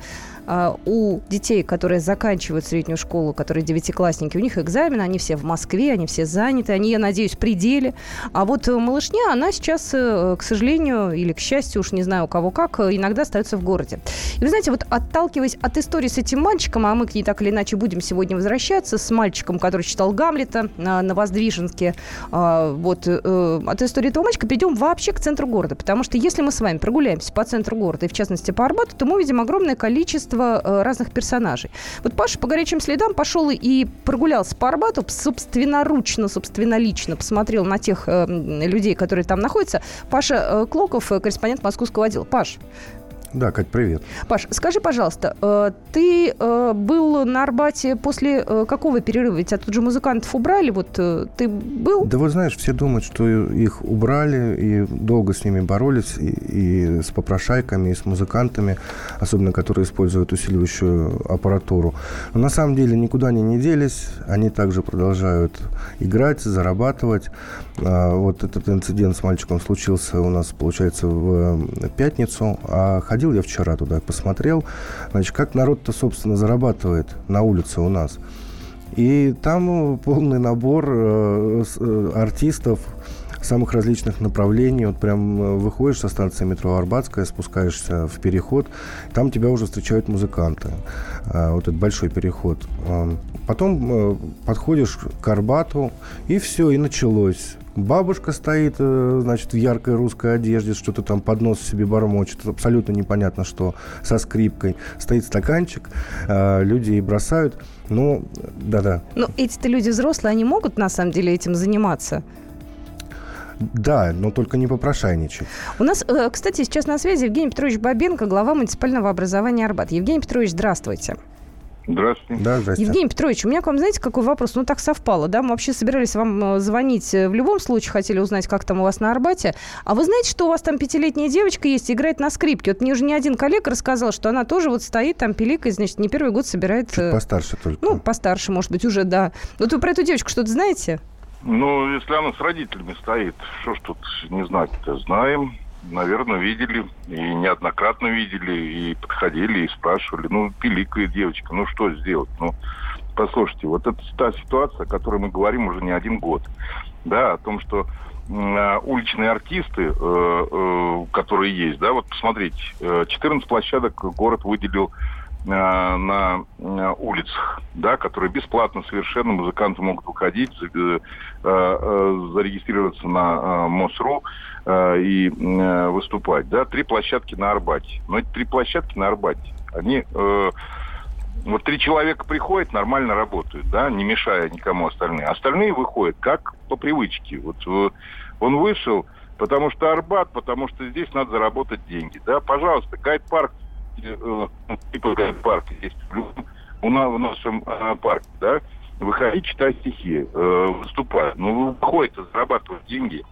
B: А у детей, которые заканчивают среднюю школу, которые девятиклассники, у них экзамены, они все в Москве, они все заняты, они, я надеюсь, в пределе. А вот малышня, она сейчас, к сожалению, или к счастью, уж не знаю у кого как, иногда остается в городе. И вы знаете, вот отталкиваясь от истории с этим мальчиком, а мы к ней так или иначе будем сегодня возвращаться, с мальчиком, который читал Гамлета на Воздвиженске, вот, от истории этого мальчика перейдем вообще к центру города. Потому что если мы с вами прогуляемся по центру города, и в частности по Арбату, то мы увидим огромное количество разных персонажей. Вот Паша по горячим следам пошел и прогулялся по Арбату, собственноручно, собственнолично посмотрел на тех людей, которые там находятся. Паша Клоков, корреспондент московского отдела. Паш.
K: Да, Кать, привет.
B: Паш, скажи, пожалуйста, ты был на Арбате после какого перерыва? Ведь оттуда же музыкантов убрали, вот ты был?
K: Да вот знаешь, все думают, что их убрали, и долго с ними боролись, и, и с попрошайками, и с музыкантами, особенно которые используют усиливающую аппаратуру. Но на самом деле никуда они не делись, они также продолжают играть, зарабатывать. Вот этот инцидент с мальчиком случился у нас, получается, в пятницу, а ходил я вчера туда, посмотрел, значит, как народ-то, собственно, зарабатывает на улице у нас. И там полный набор э, э, артистов самых различных направлений. Вот прям выходишь со станции метро Арбатская, спускаешься в переход, там тебя уже встречают музыканты. Э, вот этот большой переход. Э, потом э, подходишь к Арбату, и все, и началось. Бабушка стоит, значит, в яркой русской одежде, что-то там под нос себе бормочет, абсолютно непонятно что, со скрипкой. Стоит стаканчик, люди ей бросают. Ну, да-да.
B: Но эти-то люди взрослые, они могут, на самом деле, этим заниматься?
K: Да, но только не попрошайничать.
B: У нас, кстати, сейчас на связи Евгений Петрович Бабенко, глава муниципального образования Арбат. Евгений Петрович, здравствуйте.
F: Здравствуйте.
K: Да, здравствуйте.
B: Евгений Петрович, у меня к вам, знаете, какой вопрос? Ну, так совпало, да? Мы вообще собирались вам звонить в любом случае, хотели узнать, как там у вас на Арбате. А вы знаете, что у вас там пятилетняя девочка есть и играет на скрипке? Вот мне уже не один коллега рассказал, что она тоже вот стоит там, пиликает, значит, не первый год собирает...
K: Чуть постарше только.
B: Ну, постарше, может быть, уже, да. Вот вы про эту девочку что-то знаете?
F: Ну, если она с родителями стоит, что ж тут не знать-то? Знаем. Наверное, видели, и неоднократно видели, и подходили, и спрашивали. Ну, пиликает девочка, ну что сделать? Ну, послушайте, вот это та ситуация, о которой мы говорим уже не один год. Да, о том, что э, уличные артисты, э, э, которые есть, да, вот посмотрите, э, четырнадцать площадок город выделил э, на э, улицах, да, которые бесплатно совершенно музыканты могут выходить, э, э, зарегистрироваться на э, МОСРУ, и э, выступать, да, три площадки на Арбате. Но эти три площадки на Арбате, они, э, вот три человека приходят, нормально работают, да, не мешая никому остальным. Остальные выходят как по привычке. Вот э, он вышел, потому что Арбат, потому что здесь надо заработать деньги, да, пожалуйста, гайд-парк, э, типа гайд-парк есть в, на, в нашем э, парке, да, выходить, читать стихи, э, выступать. Ну, выходит, зарабатывать деньги.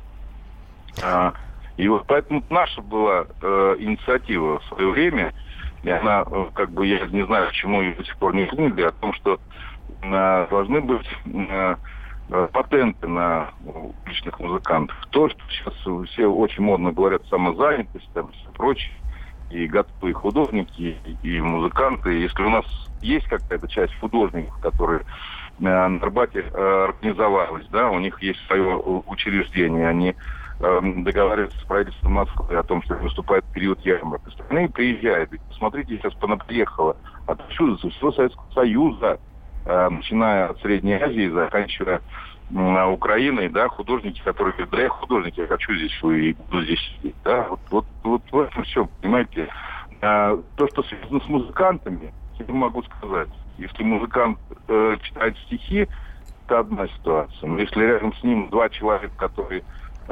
F: А, и вот поэтому наша была э, инициатива в свое время, и она, э, как бы, я не знаю, почему ее до сих пор не приняли, о том, что э, должны быть э, э, патенты на уличных музыкантов. То, что сейчас все очень модно говорят, самозанятость, там, все прочее, и готовые художники, и, и музыканты. Если у нас есть какая-то часть художников, которые на Арбате э, организовалась, да, у них есть свое учреждение, они договариваются с правительством Москвы о том, что выступает в период ярмарок. Остальные приезжают. Ведь посмотрите, сейчас приехала отсюда, со всего Советского Союза, э, начиная от Средней Азии, заканчивая э, Украиной, да, художники, которые говорят, да, я художник, я хочу здесь и буду здесь сидеть. Да? Вот, вот, вот в этом все, понимаете. Э, то, что связано с музыкантами, я могу сказать. Если музыкант э, читает стихи, это одна ситуация. Но если рядом с ним два человека, которые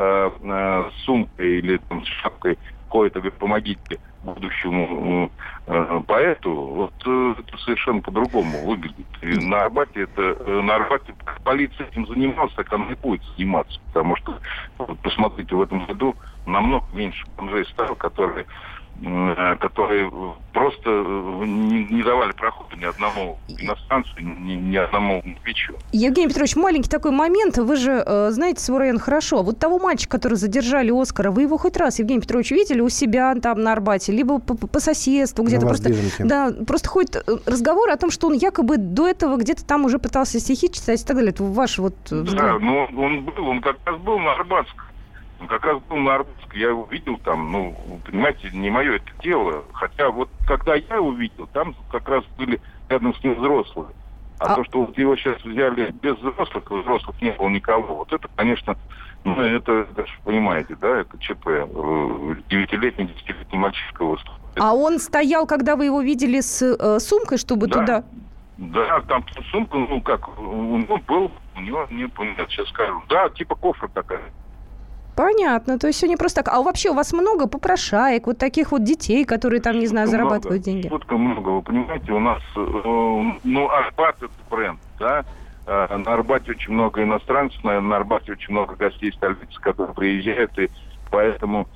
F: с сумкой или там, с шапкой ходят и говорят, помогите будущему э, поэту, вот э, это совершенно по-другому выглядит. И на Арбате это на Арбате полиция этим занималась, так она и будет заниматься, потому что вот, посмотрите, в этом году намного меньше бомжей стало, которые
L: которые просто не, не давали прохода ни одному иностранцу, ни, ни одному москвичу.
B: Евгений Петрович, маленький такой момент. Вы же э, знаете свой район хорошо. Вот того мальчика, который задержали Оскара, вы его хоть раз, Евгений Петрович, видели у себя там на Арбате, либо по, по соседству где-то? Просто, да, просто ходит разговор о том, что он якобы до этого где-то там уже пытался стихи читать и так далее. Это ваш вот взгляд.
L: Да, ну он был, он как раз был на Арбатском. Он как раз был на Арбатском, я его видел там, ну, понимаете, не мое это дело. Хотя вот когда я его видел, там как раз были рядом с ним взрослые. А, а... то, что вот его сейчас взяли без взрослых, взрослых не было никого, вот это, конечно, ну, это, даже понимаете, да, это ЧП. Девятилетний, десятилетний мальчишка выступает.
B: А он стоял, когда вы его видели с э, сумкой, чтобы
L: да.
B: туда...
L: Да, там сумка, ну как, он был, у него, не помню, сейчас скажу, да, типа кофра такая.
B: Понятно, то есть все не просто так. А вообще у вас много попрошаек, вот таких вот детей, которые там, не знаю,
L: много,
B: зарабатывают деньги?
L: Шутка много, вы понимаете, у нас, ну, Арбат это бренд, да, на Арбате очень много иностранцев, на, на Арбате очень много гостей столицы, которые приезжают, и поэтому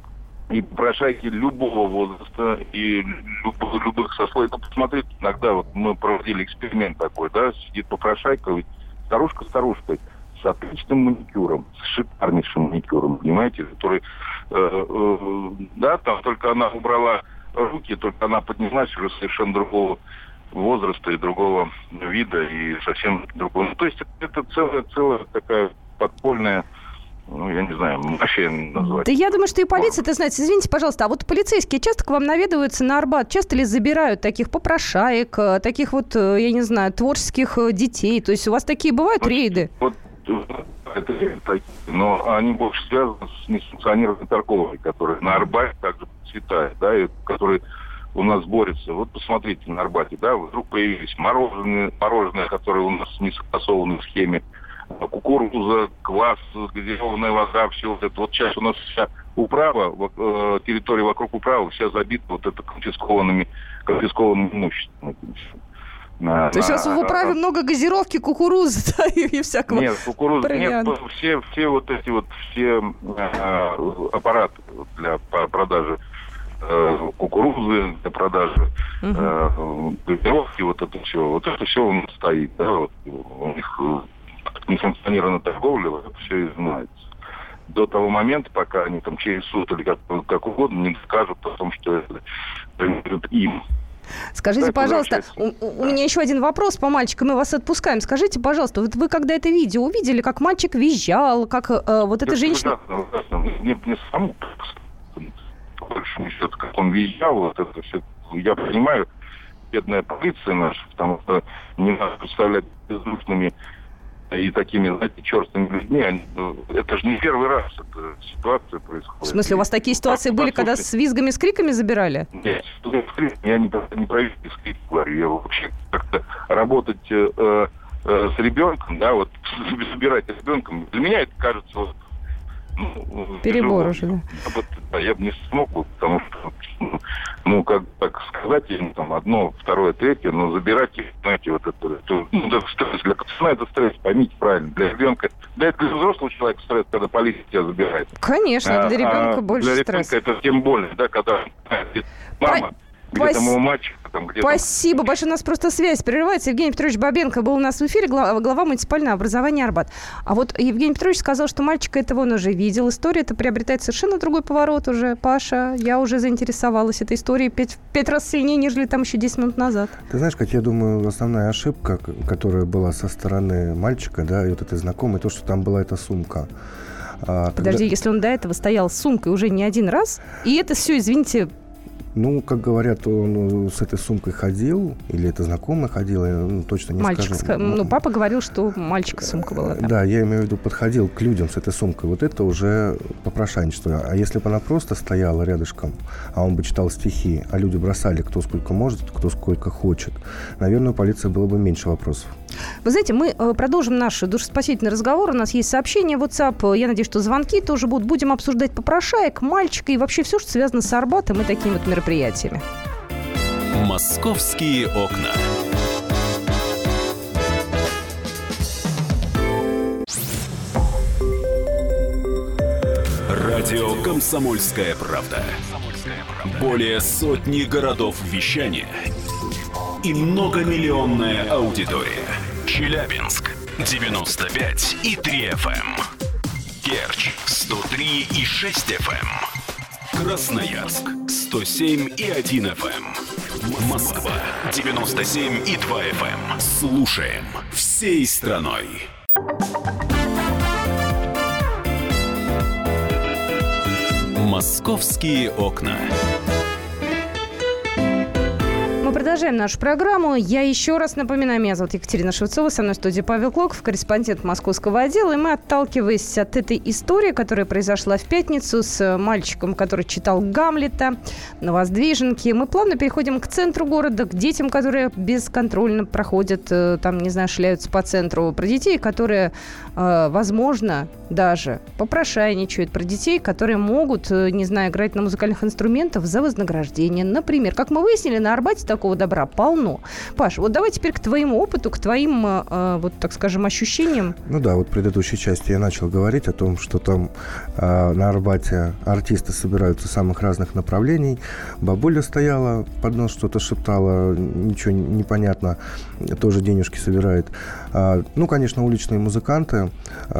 L: и попрошайки любого возраста, и любых, любых сословий. Ну, посмотрите, иногда вот мы проводили эксперимент такой, да, сидит попрошайка, старушка старушкой, с отличным маникюром, с шикарнейшим маникюром, понимаете, который, э, э, да, там только она убрала руки, только она поднялась уже совершенно другого возраста и другого вида, и совсем другого. Ну, то есть это, это целая, целая такая подпольная, ну, я не знаю, вообще назвать.
B: Да я думаю, что и полиция, это знаете, извините, пожалуйста, а вот полицейские часто к вам наведываются на Арбат? Часто ли забирают таких попрошаек, таких вот, я не знаю, творческих детей? То есть у вас такие бывают вот, рейды?
L: Вот, это такие, но они больше связаны с несанкционированной торговлей, которая на Арбате также процветает, да, и которые у нас борются. Вот посмотрите, на Арбате, да, вдруг появились мороженое, мороженое, которое у нас не согласовано в схеме, кукуруза, квас, газированная вода, все вот это. Вот сейчас у нас вся управа, э, территория вокруг управы вся забита вот это конфискованными, конфискованным имуществом. На,
B: То есть у вас в управе много газировки, кукурузы, да, и, и всякого.
L: Нет, кукурузы нет, все, все вот эти вот все э, аппараты для продажи э, кукурузы, для продажи э, газировки, вот это все, вот это все у нас стоит, да, вот, у них несанкционированная торговля, вот это все изымается. До того момента, пока они там через суд или как, как угодно не скажут о том, что это принадлежит им.
B: Скажите, так, пожалуйста, у, у меня еще один вопрос по мальчикам, мы вас отпускаем. Скажите, пожалуйста, вот вы когда это видео увидели, как мальчик визжал, как э, вот эта женщина...
L: Ужасно, ужасно. Мне, мне самому, по большому счету, как он визжал, вот это все, я понимаю, бедная полиция наша, потому что не надо представлять бездушными и такими, знаете, черствыми людьми. Они, это же не первый раз эта ситуация происходит.
B: В смысле, у вас такие ситуации были, когда с визгами, с криками забирали?
L: Нет, я не, не про визги, с криками говорю. Я вообще как-то работать э, э, с ребенком, да, вот забирать с ребенком, для меня это кажется вот, ну,
B: перебор уже, да?
L: Я бы, да, я бы не смог, потому что, ну, как так сказать, там, одно, второе, третье, но забирать их, знаете, вот это, это ну, это стресс. Для пацана это стресс, поймите правильно. Для ребенка, для, для взрослого человека стресс, когда полиция тебя забирает.
B: Конечно, для ребенка а, больше
L: для
B: стресс.
L: Для ребенка это тем более, да, когда мама... Где-то моего мальчика, там, где-то...
B: Спасибо большое. У нас просто связь прерывается. Евгений Петрович Бабенко был у нас в эфире, глава, глава муниципального образования Арбат. А вот Евгений Петрович сказал, что мальчика этого он уже видел. История это приобретает совершенно другой поворот уже. Паша, я уже заинтересовалась этой историей пять, пять раз сильнее, нежели там еще десять минут назад.
K: Ты знаешь, как я думаю, основная ошибка, которая была со стороны мальчика, да, и вот этой знакомой, то, что там была эта сумка. А,
B: Подожди, когда... если он до этого стоял с сумкой уже не один раз, и это все, извините...
K: Ну, как говорят, он с этой сумкой ходил, или это знакомый ходил, я ну, точно не
B: мальчик
K: скажу.
B: Ск... Ну, папа говорил, что мальчика сумка была. Да.
K: да, я имею в виду, подходил к людям с этой сумкой. Вот это уже попрошайничество. А если бы она просто стояла рядышком, а он бы читал стихи, а люди бросали кто сколько может, кто сколько хочет, наверное, у полиции было бы меньше вопросов.
B: Вы знаете, мы продолжим наш душеспасительный разговор. У нас есть сообщения в WhatsApp. Я надеюсь, что звонки тоже будут. Будем обсуждать попрошаек, мальчика и вообще все, что связано с Арбатом и такими вот мероприятиями.
A: Московские окна. Радио «Комсомольская правда». Более сотни городов вещания и многомиллионная аудитория. Челябинск девяносто пять и три эф эм. Керчь сто три и шесть эф эм. Красноярск сто семь и один эф эм. Москва девяносто семь и два эф эм. Слушаем всей страной. Московские окна.
B: Мы продолжаем нашу программу. Я еще раз напоминаю, меня зовут Екатерина Шевцова, со мной в студии Павел Клоков, корреспондент московского отдела. И мы, отталкиваясь от этой истории, которая произошла в пятницу с мальчиком, который читал Гамлета на Воздвиженке, мы плавно переходим к центру города, к детям, которые бесконтрольно проходят, там, не знаю, шляются по центру, про детей, которые, возможно, даже попрошайничают, про детей, которые могут, не знаю, играть на музыкальных инструментах за вознаграждение. Например, как мы выяснили, на Арбате такого добра полно. Паш, вот давай теперь к твоему опыту, к твоим, э, вот так скажем, ощущениям.
K: Ну да, вот в предыдущей части я начал говорить о том, что там э, на Арбате артисты собираются с самых разных направлений. Бабуля стояла, под нос что-то шептала, ничего не понятно, тоже денежки собирает. А, ну, конечно, уличные музыканты.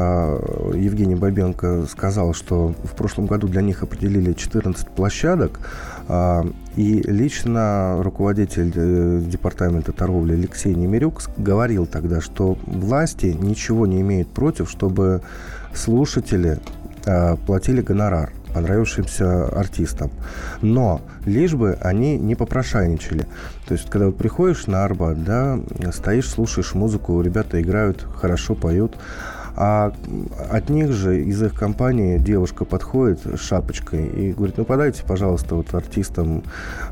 K: А, Евгений Бабенко сказал, что в прошлом году для них определили четырнадцать площадок. А, и лично руководитель э, департамента торговли Алексей Немирюк говорил тогда, что власти ничего не имеют против, чтобы слушатели э, платили гонорар понравившимся артистам. Но лишь бы они не попрошайничали. То есть, когда вот приходишь на Арбат, да, стоишь, слушаешь музыку, ребята играют, хорошо поют, а от них же, из их компании, девушка подходит с шапочкой и говорит: ну, подайте, пожалуйста, вот артистам,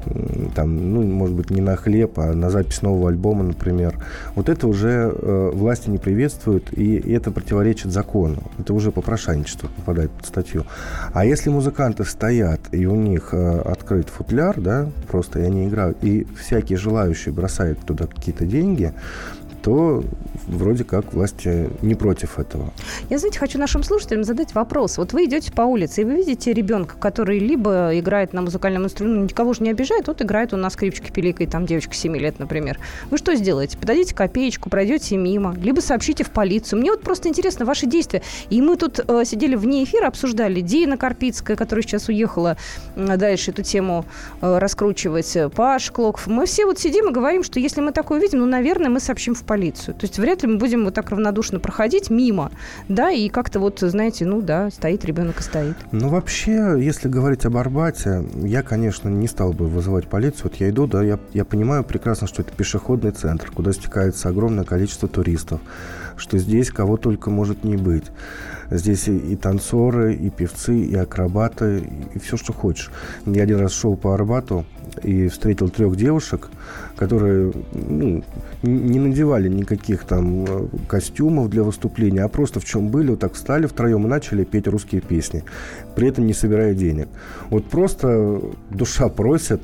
K: там, ну, может быть, не на хлеб, а на запись нового альбома, например. Вот это уже э, власти не приветствуют, и это противоречит закону. Это уже попрошайничество попадает под статью. А если музыканты стоят, и у них э, открыт футляр, да, просто и они играют, и всякий желающий бросает туда какие-то деньги, то вроде как власти не против этого.
B: Я, знаете, хочу нашим слушателям задать вопрос. Вот вы идете по улице, и вы видите ребенка, который либо играет на музыкальном инструменте, никого же не обижает, вот играет он на скрипочке пиликает, там девочка семи лет, например. Вы что сделаете? Подадите копеечку, пройдете мимо, либо сообщите в полицию. Мне вот просто интересно ваши действия. И мы тут э, сидели вне эфира, обсуждали. Дина Карпицкая, которая сейчас уехала э, дальше эту тему э, раскручивать, Паш Клоков. Мы все вот сидим и говорим, что если мы такое увидим, ну, наверное, мы сообщим в полицию. То есть вряд ли мы будем вот так равнодушно проходить мимо, да, и как-то вот, знаете, ну да, стоит ребенок и стоит.
K: Ну, вообще, если говорить об Арбате, я, конечно, не стал бы вызывать полицию. Вот я иду, да, я, я понимаю прекрасно, что это пешеходный центр, куда стекается огромное количество туристов, что здесь кого только может не быть. Здесь и, и танцоры, и певцы, и акробаты, и все, что хочешь. Я один раз шел по Арбату и встретил трех девушек, которые, ну, не надевали никаких там костюмов для выступления, а просто в чем были, вот так встали втроем и начали петь русские песни, при этом не собирая денег. Вот просто душа просит.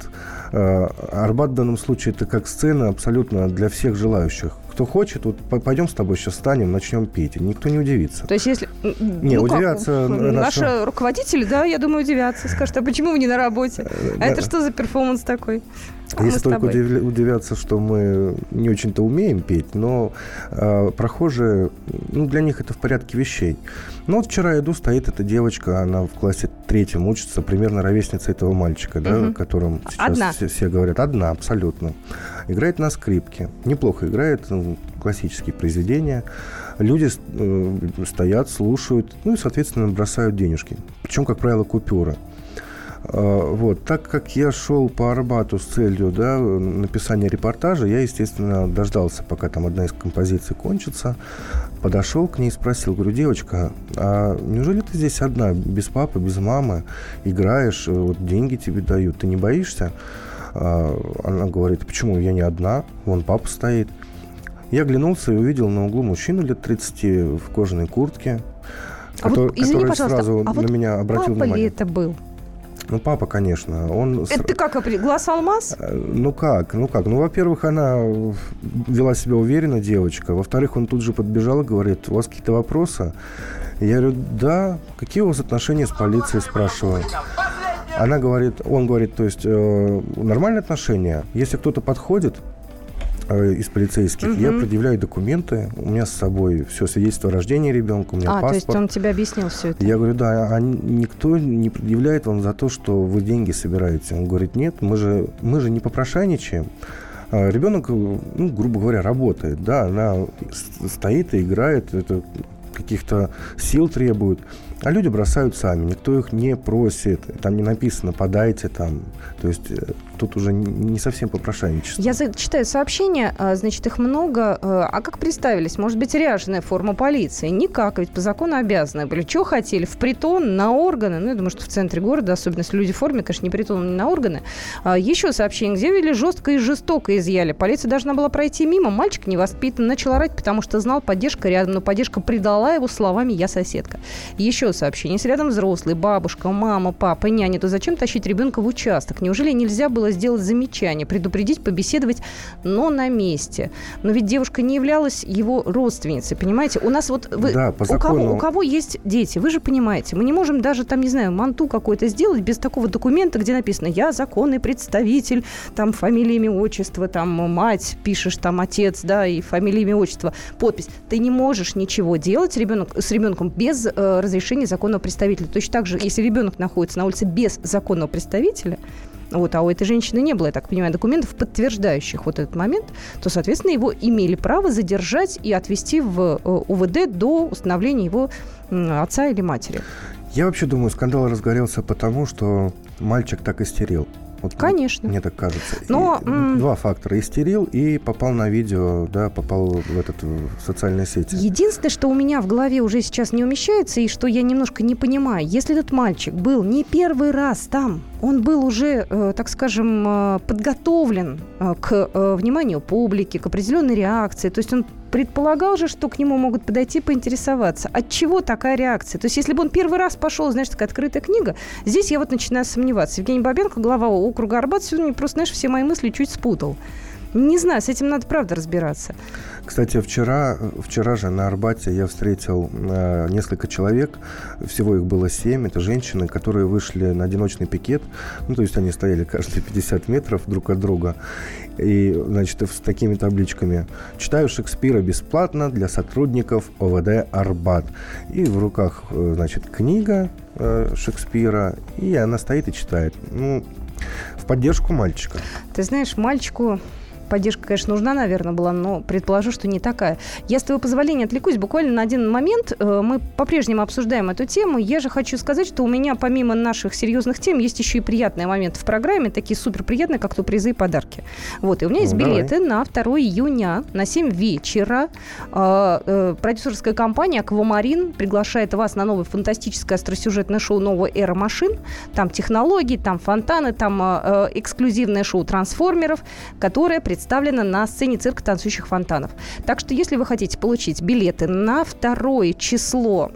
K: Арбат в данном случае это как сцена абсолютно для всех желающих. Кто хочет, вот пойдем с тобой сейчас встанем, начнем петь. Никто не удивится.
B: То есть если...
K: Не,
B: ну
K: удивятся...
B: Как, наши наши руководители, да, я думаю, удивятся. Скажут: а почему вы не на работе? А это что за перформанс такой? А
K: Если только удивятся, что мы не очень-то умеем петь, но э, прохожие, ну, для них это в порядке вещей. Ну, вот вчера иду, стоит эта девочка, она в классе третьем учится, примерно ровесница этого мальчика, да, угу. о котором сейчас все, все говорят. Одна, абсолютно. Играет на скрипке. Неплохо играет, ну, классические произведения. Люди э, стоят, слушают, ну и, соответственно, бросают денежки. Причем, как правило, купюры. Вот. Так как я шел по Арбату с целью, да, написания репортажа, я, естественно, дождался, пока там одна из композиций кончится, подошел к ней и спросил, говорю: девочка, а неужели ты здесь одна, без папы, без мамы, играешь, вот деньги тебе дают, ты не боишься? Она говорит: почему, я не одна, вон папа стоит. Я оглянулся и увидел на углу мужчину лет тридцати в кожаной куртке,
B: а
K: который,
B: вот, извини,
K: который сразу
B: а
K: на
B: вот
K: меня обратил
B: папа
K: внимание.
B: Ли это был?
K: Ну, папа, конечно. Он...
B: Это ты как определил? Глаз алмаз?
K: Ну как? Ну как? Ну, во-первых, она вела себя уверенно, девочка. Во-вторых, он тут же подбежал и говорит: у вас какие-то вопросы? Я говорю: да. Какие у вас отношения с полицией, спрашиваю. Она говорит, он говорит, то есть э, нормальные отношения. Если кто-то подходит э, из полицейских, угу. я предъявляю документы, у меня с собой все, свидетельство о рождении ребенка, у меня
B: а,
K: паспорт.
B: А, то есть он тебе объяснил все это?
K: Я говорю, да, а никто не предъявляет вам за то, что вы деньги собираете. Он говорит, нет, мы же, мы же не попрошайничаем. Ребенок, ну, грубо говоря, работает, да, она стоит и играет, это каких-то сил требует, а люди бросают сами, никто их не просит, там не написано «подайте», там, то есть тут уже не совсем попрошайничество.
B: Я читаю сообщения, значит, их много, а как представились? Может быть, ряженая форма полиции? Никак, ведь по закону обязаны были. Чего хотели? В притон, на органы? Ну, я думаю, что в центре города, особенно если люди в форме, конечно, не притон, не на органы. Еще сообщение, где вели жестко и жестоко изъяли. Полиция должна была пройти мимо, мальчик невоспитан, начал орать, потому что знал, поддержка рядом, но поддержка предала его словами «я соседка». Еще сообщение, если рядом взрослый, бабушка, мама, папа, няня, то зачем тащить ребенка в участок? Неужели нельзя было сделать замечание, предупредить, побеседовать, но на месте? Но ведь девушка не являлась его родственницей, понимаете? У нас вот... Вы,
K: да, по
B: у,
K: закону...
B: кого, у кого есть дети, вы же понимаете, мы не можем даже там, не знаю, манту какой-то сделать без такого документа, где написано «я законный представитель», там фамилия, имя, отчество, там мать, пишешь, там отец, да, и фамилия, имя, отчество, подпись. Ты не можешь ничего делать ребенок, с ребенком без э, разрешения законного представителя. Точно так же, если ребенок находится на улице без законного представителя, вот, а у этой женщины не было, я так понимаю, документов, подтверждающих вот этот момент, то, соответственно, его имели право задержать и отвезти в УВД до установления его отца или матери.
K: Я вообще думаю, скандал разгорелся потому, что мальчик так истерил. Вот,
B: конечно.
K: Мне так кажется.
B: Но,
K: и, м- два фактора. Истерил и попал на видео, да, попал в этот в социальные сети.
B: Единственное, что у меня в голове уже сейчас не умещается, и что я немножко не понимаю, если этот мальчик был не первый раз там, он был уже, э, так скажем, э, подготовлен э, к э, вниманию публики, к определенной реакции, то есть он предполагал же, что к нему могут подойти поинтересоваться. От чего такая реакция? То есть, если бы он первый раз пошел, знаешь, такая открытая книга, здесь я вот начинаю сомневаться. Евгений Бабенко, глава округа Арбат, сегодня просто, знаешь, все мои мысли чуть спутал. Не знаю, с этим надо, правда, разбираться.
K: Кстати, вчера, вчера же на Арбате я встретил э, несколько человек, всего их было семь, это женщины, которые вышли на одиночный пикет, ну, то есть они стояли каждые пятьдесят метров друг от друга, и, значит, с такими табличками: «Читаю Шекспира бесплатно для сотрудников ОВД Арбат». И в руках, значит, книга э, Шекспира, и она стоит и читает. Ну, в поддержку мальчика.
B: Ты знаешь, мальчику... Поддержка, конечно, нужна, наверное, была, но предположу, что не такая. Я, с твоего позволения, отвлекусь буквально на один момент. Мы по-прежнему обсуждаем эту тему. Я же хочу сказать, что у меня, помимо наших серьезных тем, есть еще и приятные моменты в программе, такие суперприятные, как то призы и подарки. Вот, и у меня есть ну, билеты давай. На второго июня на семь вечера. Продюсерская компания «Аквамарин» приглашает вас на новое фантастическое остросюжетное шоу «Новая эра машин». Там технологии, там фонтаны, там эксклюзивное шоу трансформеров, которое представлена на сцене цирка танцующих фонтанов. Так что, если вы хотите получить билеты на второе число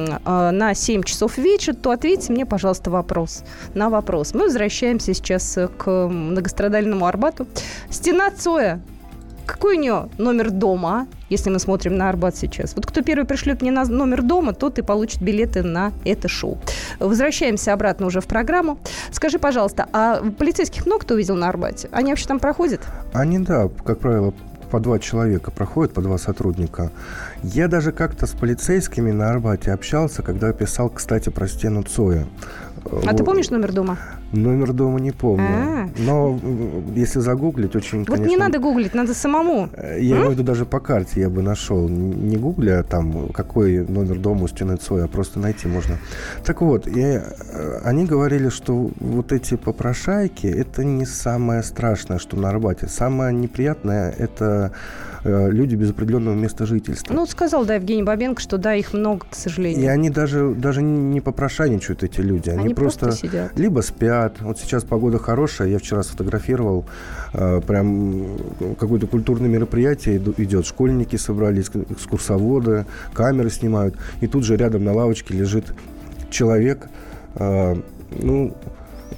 B: э, на семь часов вечера, то ответьте мне, пожалуйста, вопрос. На вопрос. Мы возвращаемся сейчас к многострадальному Арбату. Стена Цоя. Какой у нее номер дома, если мы смотрим на Арбат сейчас? Вот кто первый пришлет мне на номер дома, тот и получит билеты на это шоу. Возвращаемся обратно уже в программу. Скажи, пожалуйста, а полицейских много кто увидел на Арбате? Они вообще там проходят?
K: Они, да, как правило, по два человека проходят, по два сотрудника. Я даже как-то с полицейскими на Арбате общался, когда писал, кстати, про стену Цоя.
B: А вот. Ты помнишь номер дома?
K: Номер дома не помню.
B: А-а-а.
K: Но если загуглить, очень,
B: вот
K: конечно...
B: не надо гуглить, надо самому.
K: Я имею в виду, даже по карте я бы нашел. Не гугля там, какой номер дома у стены Цоя, а просто найти можно. Так вот, я, они говорили, что вот эти попрошайки, это не самое страшное, что на Арбате. Самое неприятное, это люди без определенного места жительства.
B: Ну, сказал, да, Евгений Бабенко, что да, их много, к сожалению.
K: И они даже, даже не попрошайничают, эти люди. Они,
B: они
K: просто,
B: просто сидят.
K: Либо спят. Вот сейчас погода хорошая. Я вчера сфотографировал. Э, прям какое-то культурное мероприятие идет. Школьники собрались, экскурсоводы, камеры снимают. И тут же рядом на лавочке лежит человек. Э, ну...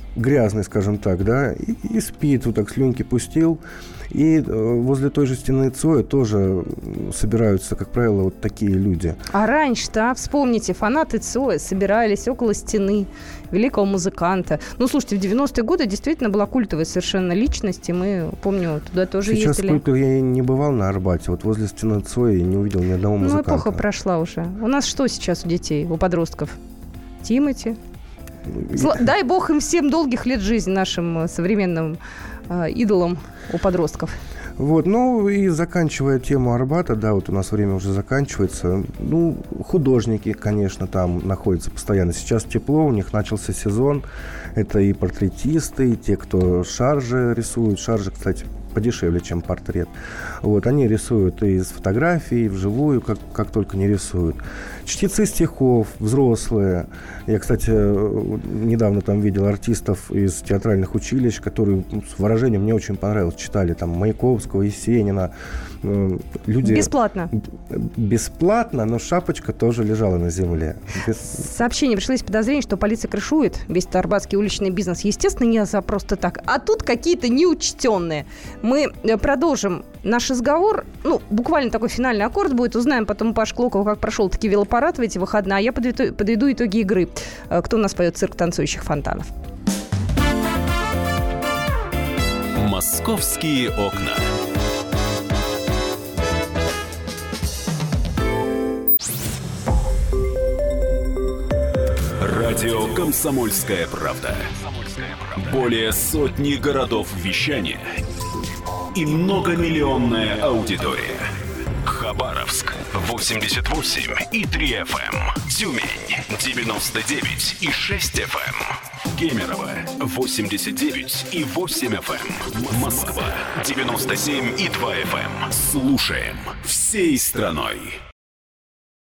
K: грязный, скажем так, да, и, и спит, вот так слюнки пустил. И возле той же стены Цоя тоже собираются, как правило, вот такие люди.
B: А раньше-то, вспомните, фанаты Цоя собирались около стены великого музыканта. Ну, слушайте, в девяностые годы действительно была культовая совершенно личность, и мы, помню, туда тоже
K: Сейчас
B: ездили.
K: Сейчас я не бывал на Арбате, вот возле стены Цоя я не увидел ни одного музыканта.
B: Ну, эпоха прошла уже. У нас что сейчас у детей, у подростков? Тимати. Зла... Дай бог им всем долгих лет жизни, нашим современным э, идолам у подростков.
K: Вот, ну и заканчивая тему Арбата, да, вот у нас время уже заканчивается. Ну, художники, конечно, там находятся постоянно. Сейчас тепло, у них начался сезон. Это и портретисты, и те, кто шаржи рисуют. Шаржи, кстати, подешевле, чем портрет. Вот, они рисуют и из фотографий, и вживую, как, как только не рисуют. Чтецы стихов, взрослые. Я, кстати, недавно там видел артистов из театральных училищ, которые с выражением мне очень понравилось. Читали там Маяковского, Есенина. Люди...
B: Бесплатно.
K: Бесплатно, но шапочка тоже лежала на земле. Без...
B: Сообщение пришло из подозрения, что полиция крышует весь арбатский уличный бизнес. Естественно, не за просто так. А тут какие-то неучтенные. Мы продолжим наш разговор. Ну, буквально такой финальный аккорд будет. Узнаем потом у Паши Клокова, как прошел таки велопарад в эти выходные. А я подведу, подведу итоги игры. Кто у нас поет «Цирк танцующих фонтанов».
A: «Московские окна». Радио «Комсомольская правда». Более сотни городов вещания и многомиллионная аудитория. Хабаровск восемьдесят восемь и три эф эм, Тюмень девяносто девять и шесть эф эм, Кемерово восемьдесят девять и восемь эф эм, Москва девяносто семь и два эф эм. Слушаем всей страной.